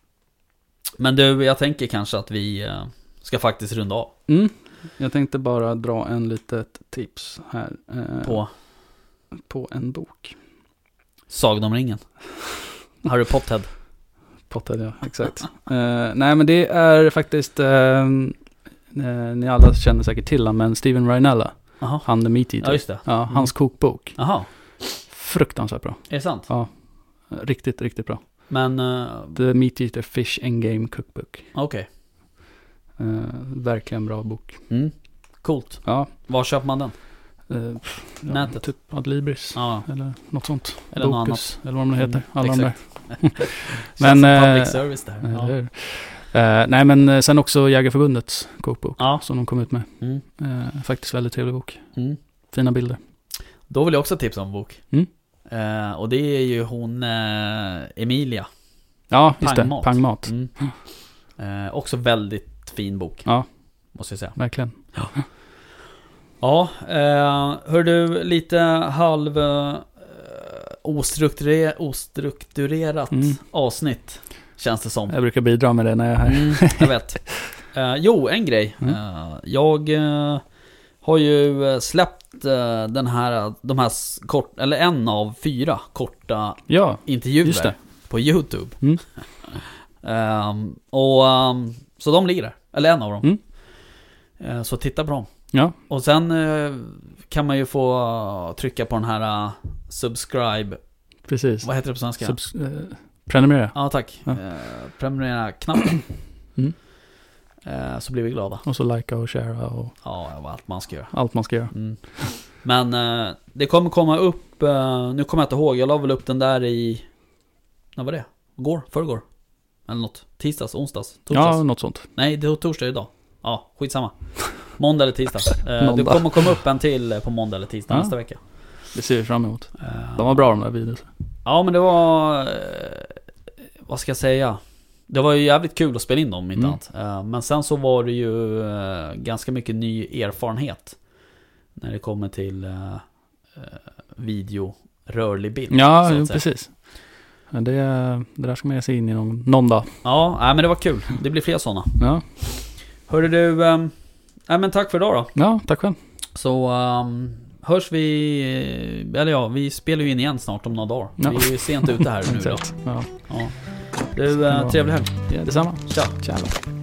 C: Men du, jag tänker kanske att vi eh, ska faktiskt runda av.
B: Mm. Jag tänkte bara dra en litet tips här. Eh,
C: På
B: på en bok.
C: Sagan om ringen. Harry Potter.
B: Potter, ja, exakt. eh, nej, men det är faktiskt, eh, eh, ni alla känner säkert till han, men Steven Reinella.
C: Jaha.
B: Han The Meat Eater.
C: Ja, just det.
B: Ja, hans
C: Mm.
B: kokbok.
C: Jaha,
B: Fruktansvärt bra.
C: är det sant?
B: Ja, riktigt, riktigt bra.
C: Men, uh,
B: The Meat Eater Fish and Game Cookbook.
C: okej.
B: Eh, verkligen bra bok.
C: Mm. Coolt.
B: Ja.
C: Var köper man den?
B: Eh, pff, ja,
C: Nätet.
B: Typ Adlibris.
C: Ja,
B: Eller något sånt.
C: Eller något
B: Bokus, eller vad de heter.
C: Mm,
B: Alla de där.
C: exakt.
B: Men,
C: Men,
B: eh,
C: public service där.
B: Eller
C: Ja.
B: hur? Eh, nej, men eh, sen också Jägarförbundets kokbok.
C: Ja.
B: Som de kom ut med.
C: Mm.
B: Eh, faktiskt väldigt trevlig bok.
C: Mm.
B: Fina bilder.
C: Då vill jag också tipsa om en bok.
B: Mm.
C: Eh, och det är ju hon eh, Emilia.
B: Ja, just
C: Pangmat.
B: det. Pangmat.
C: Mm. Eh, också väldigt fin bok.
B: Ja.
C: Måste jag säga.
B: Verkligen.
C: Ja, eh, hör du, lite halv eh, ostrukturer- ostrukturerat
B: Mm.
C: avsnitt känns det som.
B: Jag brukar bidra med det när jag är här.
C: Mm, jag vet. Eh, jo, en grej.
B: Mm.
C: Eh, jag eh, har ju eh, släppt eh, den här, de här s- kort, eller en av fyra korta
B: Ja,
C: intervjuer
B: just det.
C: på YouTube.
B: Mm.
C: Ehm, och ehm, så de ligger där, eller en av dem.
B: Mm.
C: Eh, så titta på dem.
B: Ja,
C: Och sen eh, kan man ju få uh, trycka på den här uh, subscribe.
B: precis.
C: Vad heter det på svenska?
B: Subs- eh, prenumerera.
C: Ja, tack.
B: Ja.
C: Eh, prenumerera-knappen.
B: Mm.
C: Eh, så blir vi glada.
B: Och så likea och sharea och
C: Ja, vad allt man ska göra.
B: allt man ska göra.
C: Mm. Men eh, det kommer komma upp, eh, nu kommer jag inte ihåg, jag la väl upp den där i, när var det? Går? Förrgår? Eller något? Tisdags? Onsdags? Torsdags?
B: Ja, något sånt.
C: Nej, det är torsdag idag. Ja, skitsamma. Måndag eller tisdag. Eh, det
B: Måndag.
C: kommer komma upp en till på måndag eller tisdag
B: Ja.
C: nästa vecka.
B: Det ser vi fram emot.
C: Eh,
B: De var bra de där videos.
C: Ja, men det var, eh, vad ska jag säga? Det var ju jävligt kul att spela in dem, inte
B: Mm.
C: annat. Eh, men sen så var det ju eh, ganska mycket ny erfarenhet när det kommer till eh, eh, video, rörlig bild.
B: Ja,
C: så att
B: jo,
C: säga.
B: precis. Men det, det där ska man ge sig in i någon, någon dag.
C: Ja, nej, men det var kul. Det blir fler sådana.
B: Ja,
C: Hörru du, eh, nej, men tack för idag då.
B: ja tack själv.
C: Så um, hörs vi, eller ja, vi spelar ju in igen snart om några dagar.
B: Ja.
C: Vi är ju sent ute här nu då.
B: Exakt. Ja.
C: Ja. Du, eh, trevlig helg.
B: Ja, detsamma.
C: Tja.
B: Tja.